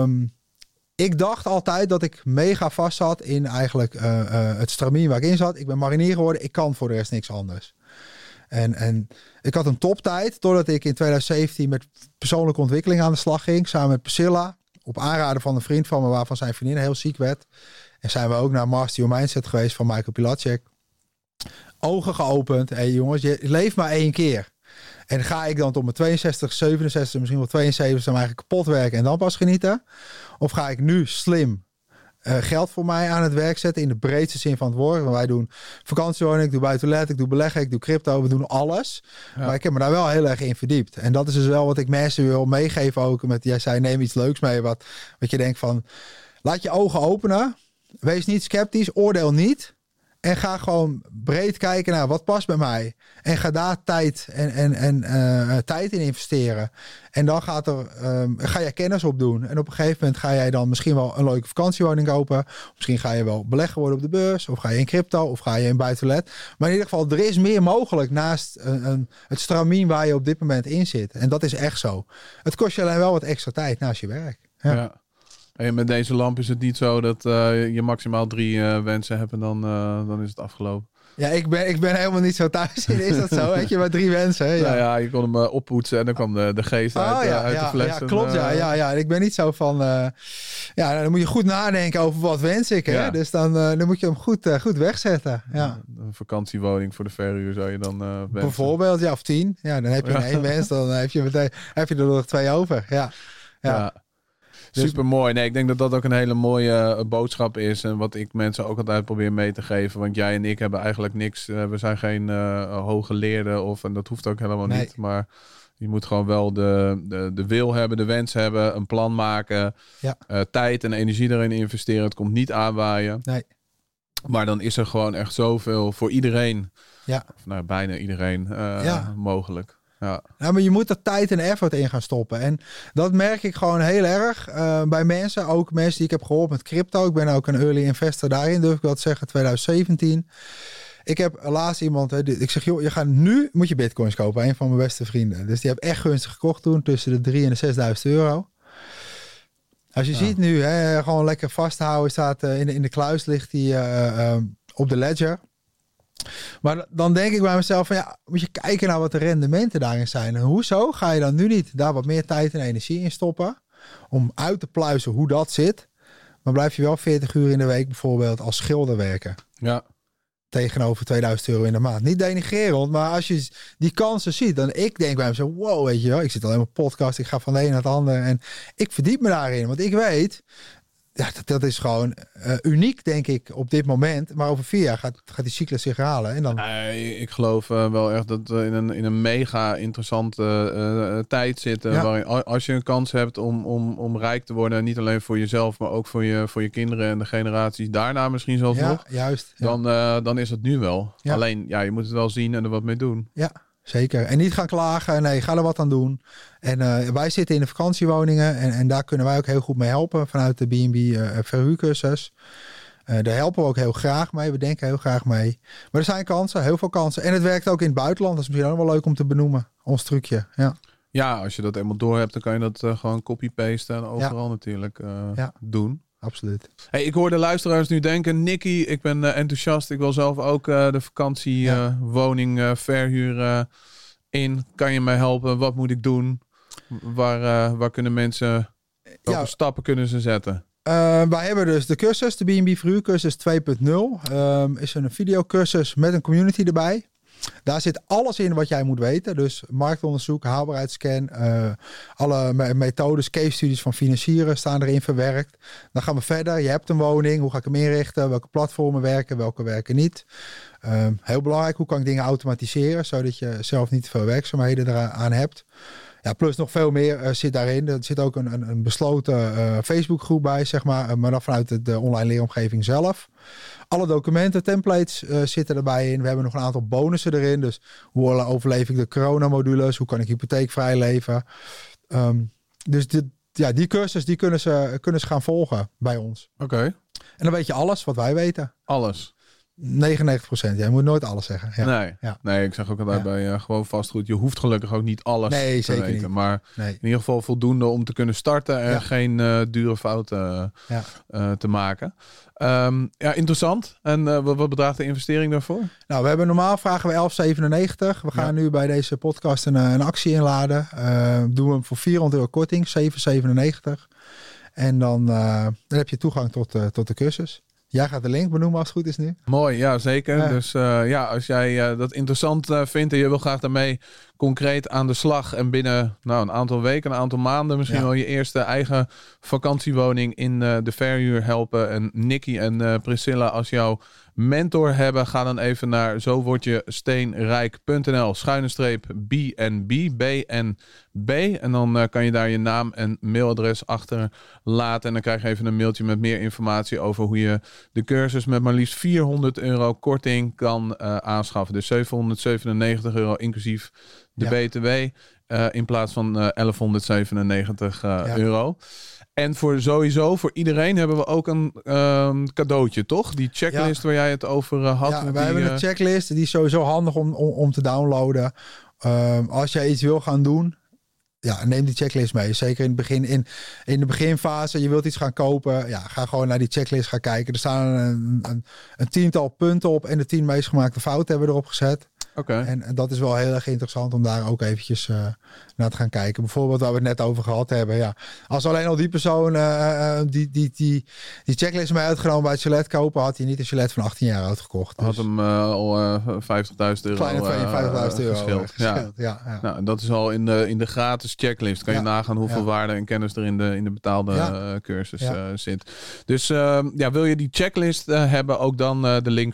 ik dacht altijd dat ik mega vast zat in eigenlijk het stramien waar ik in zat. Ik ben marinier geworden. Ik kan voor de rest niks anders. En ik had een toptijd doordat ik in 2017 met persoonlijke ontwikkeling aan de slag ging. Samen met Priscilla. Op aanraden van een vriend van me waarvan zijn vriendin heel ziek werd. En zijn we ook naar Master Your Mindset geweest van Michael Pilatschek. Ogen geopend. Hey jongens, je leeft maar 1 keer. En ga ik dan tot mijn 62, 67, misschien wel 72 dan eigenlijk kapot werken en dan pas genieten? Of ga ik nu slim geld voor mij aan het werk zetten in de breedste zin van het woord? Want wij doen vakantiewoning, ik doe buitenlet, ik doe beleggen, ik doe crypto, we doen alles. Ja. Maar ik heb me daar wel heel erg in verdiept. En dat is dus wel wat ik mensen wil meegeven ook. Jij zei, neem iets leuks mee. Wat je denkt van, laat je ogen openen. Wees niet sceptisch, oordeel niet. En ga gewoon breed kijken naar wat past bij mij. En ga daar tijd tijd in investeren. En dan ga je kennis opdoen. En op een gegeven moment ga jij dan misschien wel een leuke vakantiewoning kopen. Misschien ga je wel beleggen worden op de beurs. Of ga je in crypto. Of ga je in buitenlet. Maar in ieder geval, er is meer mogelijk naast het stramien waar je op dit moment in zit. En dat is echt zo. Het kost je alleen wel wat extra tijd naast je werk. Ja. En met deze lamp is het niet zo dat je maximaal 3 wensen hebt en dan is het afgelopen. Ja, ik ben helemaal niet zo thuis in. Is dat zo? Weet je, maar 3 wensen. Hè? Ja. Nou ja, je kon hem oppoetsen en dan kwam de geest uit de fles. Ja, klopt. Ja. Ik ben niet zo van... dan moet je goed nadenken over wat wens ik. Hè? Ja. Dus dan moet je hem goed wegzetten. Ja. Een vakantiewoning voor de verhuur zou je dan wensen. Bijvoorbeeld, of 10. Ja, dan heb je 1 wens. Dan heb je er nog 2 over. Ja. Super mooi. Nee, ik denk dat dat ook een hele mooie boodschap is. En wat ik mensen ook altijd probeer mee te geven. Want jij en ik hebben eigenlijk niks. We zijn geen hooggeleerden. En dat hoeft ook helemaal niet. Maar je moet gewoon wel de wil hebben, de wens hebben. Een plan maken. Ja. Tijd en energie erin investeren. Het komt niet aanwaaien. Nee. Maar dan is er gewoon echt zoveel voor iedereen. Ja. Of bijna iedereen mogelijk. Ja. Nou, maar je moet er tijd en effort in gaan stoppen. En dat merk ik gewoon heel erg bij mensen. Ook mensen die ik heb geholpen met crypto. Ik ben ook een early investor daarin, durf ik wel te zeggen, 2017. Ik heb laatst iemand... Ik zeg, joh, moet je bitcoins kopen. Een van mijn beste vrienden. Dus die heb echt gunstig gekocht toen. Tussen de 3.000 en de 6.000 euro. Als je ziet nu, gewoon lekker vasthouden. Staat in de kluis, ligt die op de ledger. Maar dan denk ik bij mezelf van moet je kijken naar wat de rendementen daarin zijn. En hoezo ga je dan nu niet daar wat meer tijd en energie in stoppen om uit te pluizen hoe dat zit. Maar blijf je wel 40 uur in de week bijvoorbeeld als schilder werken. Ja. Tegenover 2000 euro in de maand. Niet denigrerend, maar als je die kansen ziet, dan ik denk bij mezelf, wow, weet je wel, ik zit alleen maar podcast, ik ga van de een naar het ander en ik verdiep me daarin. Want ik weet... Ja, dat is gewoon uniek, denk ik, op dit moment. Maar over 4 jaar gaat die cyclus zich herhalen. En dan... Ik geloof wel echt dat we in een mega interessante tijd zitten. Ja. Waarin als je een kans hebt om rijk te worden, niet alleen voor jezelf, maar ook voor je kinderen en de generaties daarna misschien zelfs nog. Juist. Dan is het nu wel. Ja. Alleen, je moet het wel zien en er wat mee doen. Ja. Zeker. En niet gaan klagen. Nee, ga er wat aan doen. En wij zitten in de vakantiewoningen. En daar kunnen wij ook heel goed mee helpen. Vanuit de B&B verhuurcursus. Daar helpen we ook heel graag mee. We denken heel graag mee. Maar er zijn kansen. Heel veel kansen. En het werkt ook in het buitenland. Dat is misschien ook wel leuk om te benoemen. Ons trucje. Ja, als je dat eenmaal door hebt, dan kan je dat gewoon copy-pasten. En overal natuurlijk doen. Absoluut. Hey, ik hoor de luisteraars nu denken, Nicky, ik ben enthousiast. Ik wil zelf ook de vakantiewoning verhuren in. Kan je mij helpen? Wat moet ik doen? Waar kunnen mensen... Welke stappen kunnen ze zetten? Wij hebben dus de cursus, de B&B verhuurcursus 2.0. Is een videocursus met een community erbij. Daar zit alles in wat jij moet weten. Dus marktonderzoek, haalbaarheidsscan, alle methodes, case studies van financieren staan erin verwerkt. Dan gaan we verder. Je hebt een woning. Hoe ga ik hem inrichten? Welke platformen werken? Welke werken niet? Heel belangrijk. Hoe kan ik dingen automatiseren? Zodat je zelf niet te veel werkzaamheden eraan hebt. Ja, plus nog veel meer zit daarin. Er zit ook een besloten Facebookgroep bij, zeg maar dan vanuit de online leeromgeving zelf. Alle documenten, templates zitten erbij in. We hebben nog een aantal bonussen erin. Dus hoe overleef ik de coronamodules? Hoe kan ik hypotheekvrij leven? Dus die cursus die kunnen ze gaan volgen bij ons. Oké. En dan weet je alles wat wij weten. Alles? 99%. Jij moet nooit alles zeggen. Ja. Nee, ik zeg ook altijd bij gewoon vastgoed. Je hoeft gelukkig ook niet alles te zeker weten. Niet. Maar in ieder geval voldoende om te kunnen starten en geen dure fouten te maken. Interessant. En wat bedraagt de investering daarvoor? Nou, we hebben normaal vragen we 11,97. We gaan nu bij deze podcast een actie inladen. Doen we hem voor €400 korting, 7,97. En dan heb je toegang tot de cursus. Jij gaat de link benoemen als het goed is nu. Mooi, ja zeker. Ja. Dus als jij dat interessant vindt en je wil graag daarmee concreet aan de slag en binnen een aantal weken, een aantal maanden misschien wel je eerste eigen vakantiewoning in de verhuur helpen. En Nicky en Priscilla als jouw mentor hebben, ga dan even naar zowordjesteenrijk.nl/BNB. En dan kan je daar je naam en mailadres achterlaten. En dan krijg je even een mailtje met meer informatie over hoe je de cursus met maar liefst €400 korting kan aanschaffen. Dus €797 inclusief de BTW in plaats van €1197. En voor iedereen hebben we ook een cadeautje, toch? Die checklist waar jij het over had. Ja, wij hebben een checklist. Die is sowieso handig om te downloaden. Als jij iets wil gaan doen, neem die checklist mee. Zeker in het begin, in de beginfase. Je wilt iets gaan kopen. Ja, ga gewoon naar die checklist gaan kijken. Er staan een 10-tal punten op. En de 10 meest gemaakte fouten hebben we erop gezet. Okay. En dat is wel heel erg interessant om daar ook eventjes naar te gaan kijken. Bijvoorbeeld waar we het net over gehad hebben. Ja. Als alleen al die persoon die checklist mee uitgenomen bij het chalet kopen, had hij niet een chalet van 18 jaar oud gekocht. Dus. Had hem al €50.000 kleine €50.000 geschild. Ja. Nou, dat is al in de gratis checklist. Kan je nagaan hoeveel waarde en kennis er in de betaalde cursus zit. Dus wil je die checklist hebben, ook dan de link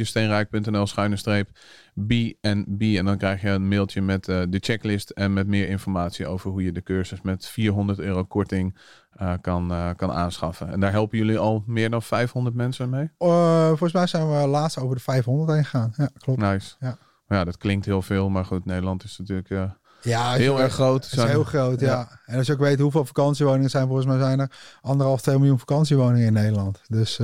zowordjesteenrijk.nl/BNB. En dan krijg je een mailtje met de checklist en met meer informatie over hoe je de cursus met €400 korting kan aanschaffen. En daar helpen jullie al meer dan 500 mensen mee? Volgens mij zijn we laatst over de 500 heen gegaan. Ja, klopt. Nice. Ja, dat klinkt heel veel, maar goed, Nederland is natuurlijk heel erg groot. Het is heel groot, ja. En als je ook weet hoeveel vakantiewoningen zijn, volgens mij zijn er 1,5-2 miljoen vakantiewoningen in Nederland. Dus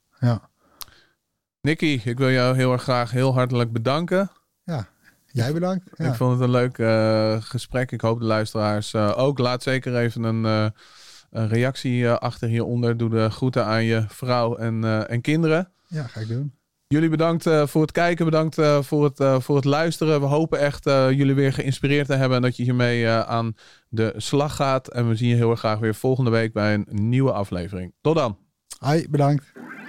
Nicky, ik wil jou heel erg graag heel hartelijk bedanken. Ja, jij bedankt. Ja. Ik vond het een leuk gesprek. Ik hoop de luisteraars ook. Laat zeker even een reactie achter hieronder. Doe de groeten aan je vrouw en kinderen. Ja, ga ik doen. Jullie bedankt voor het kijken. Bedankt voor het luisteren. We hopen echt jullie weer geïnspireerd te hebben en dat je hiermee aan de slag gaat. En we zien je heel erg graag weer volgende week bij een nieuwe aflevering. Tot dan. Hoi, bedankt.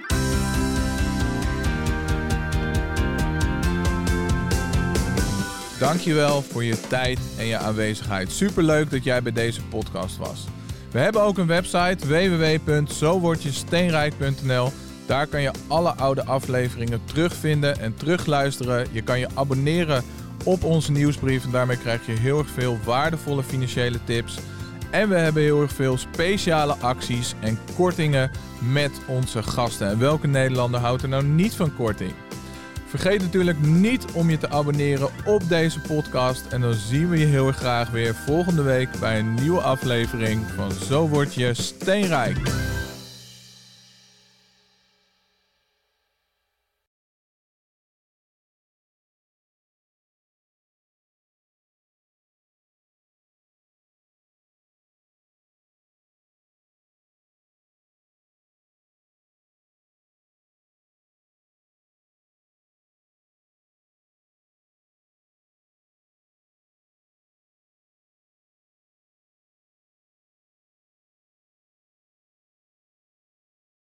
Dankjewel voor je tijd en je aanwezigheid. Superleuk dat jij bij deze podcast was. We hebben ook een website www.zowordjesteenrijk.nl. Daar kan je alle oude afleveringen terugvinden en terugluisteren. Je kan je abonneren op onze nieuwsbrief en daarmee krijg je heel erg veel waardevolle financiële tips. En we hebben heel erg veel speciale acties en kortingen met onze gasten. En welke Nederlander houdt er nou niet van korting? Vergeet natuurlijk niet om je te abonneren op deze podcast. En dan zien we je heel erg graag weer volgende week bij een nieuwe aflevering van Zo Word Je Steenrijk.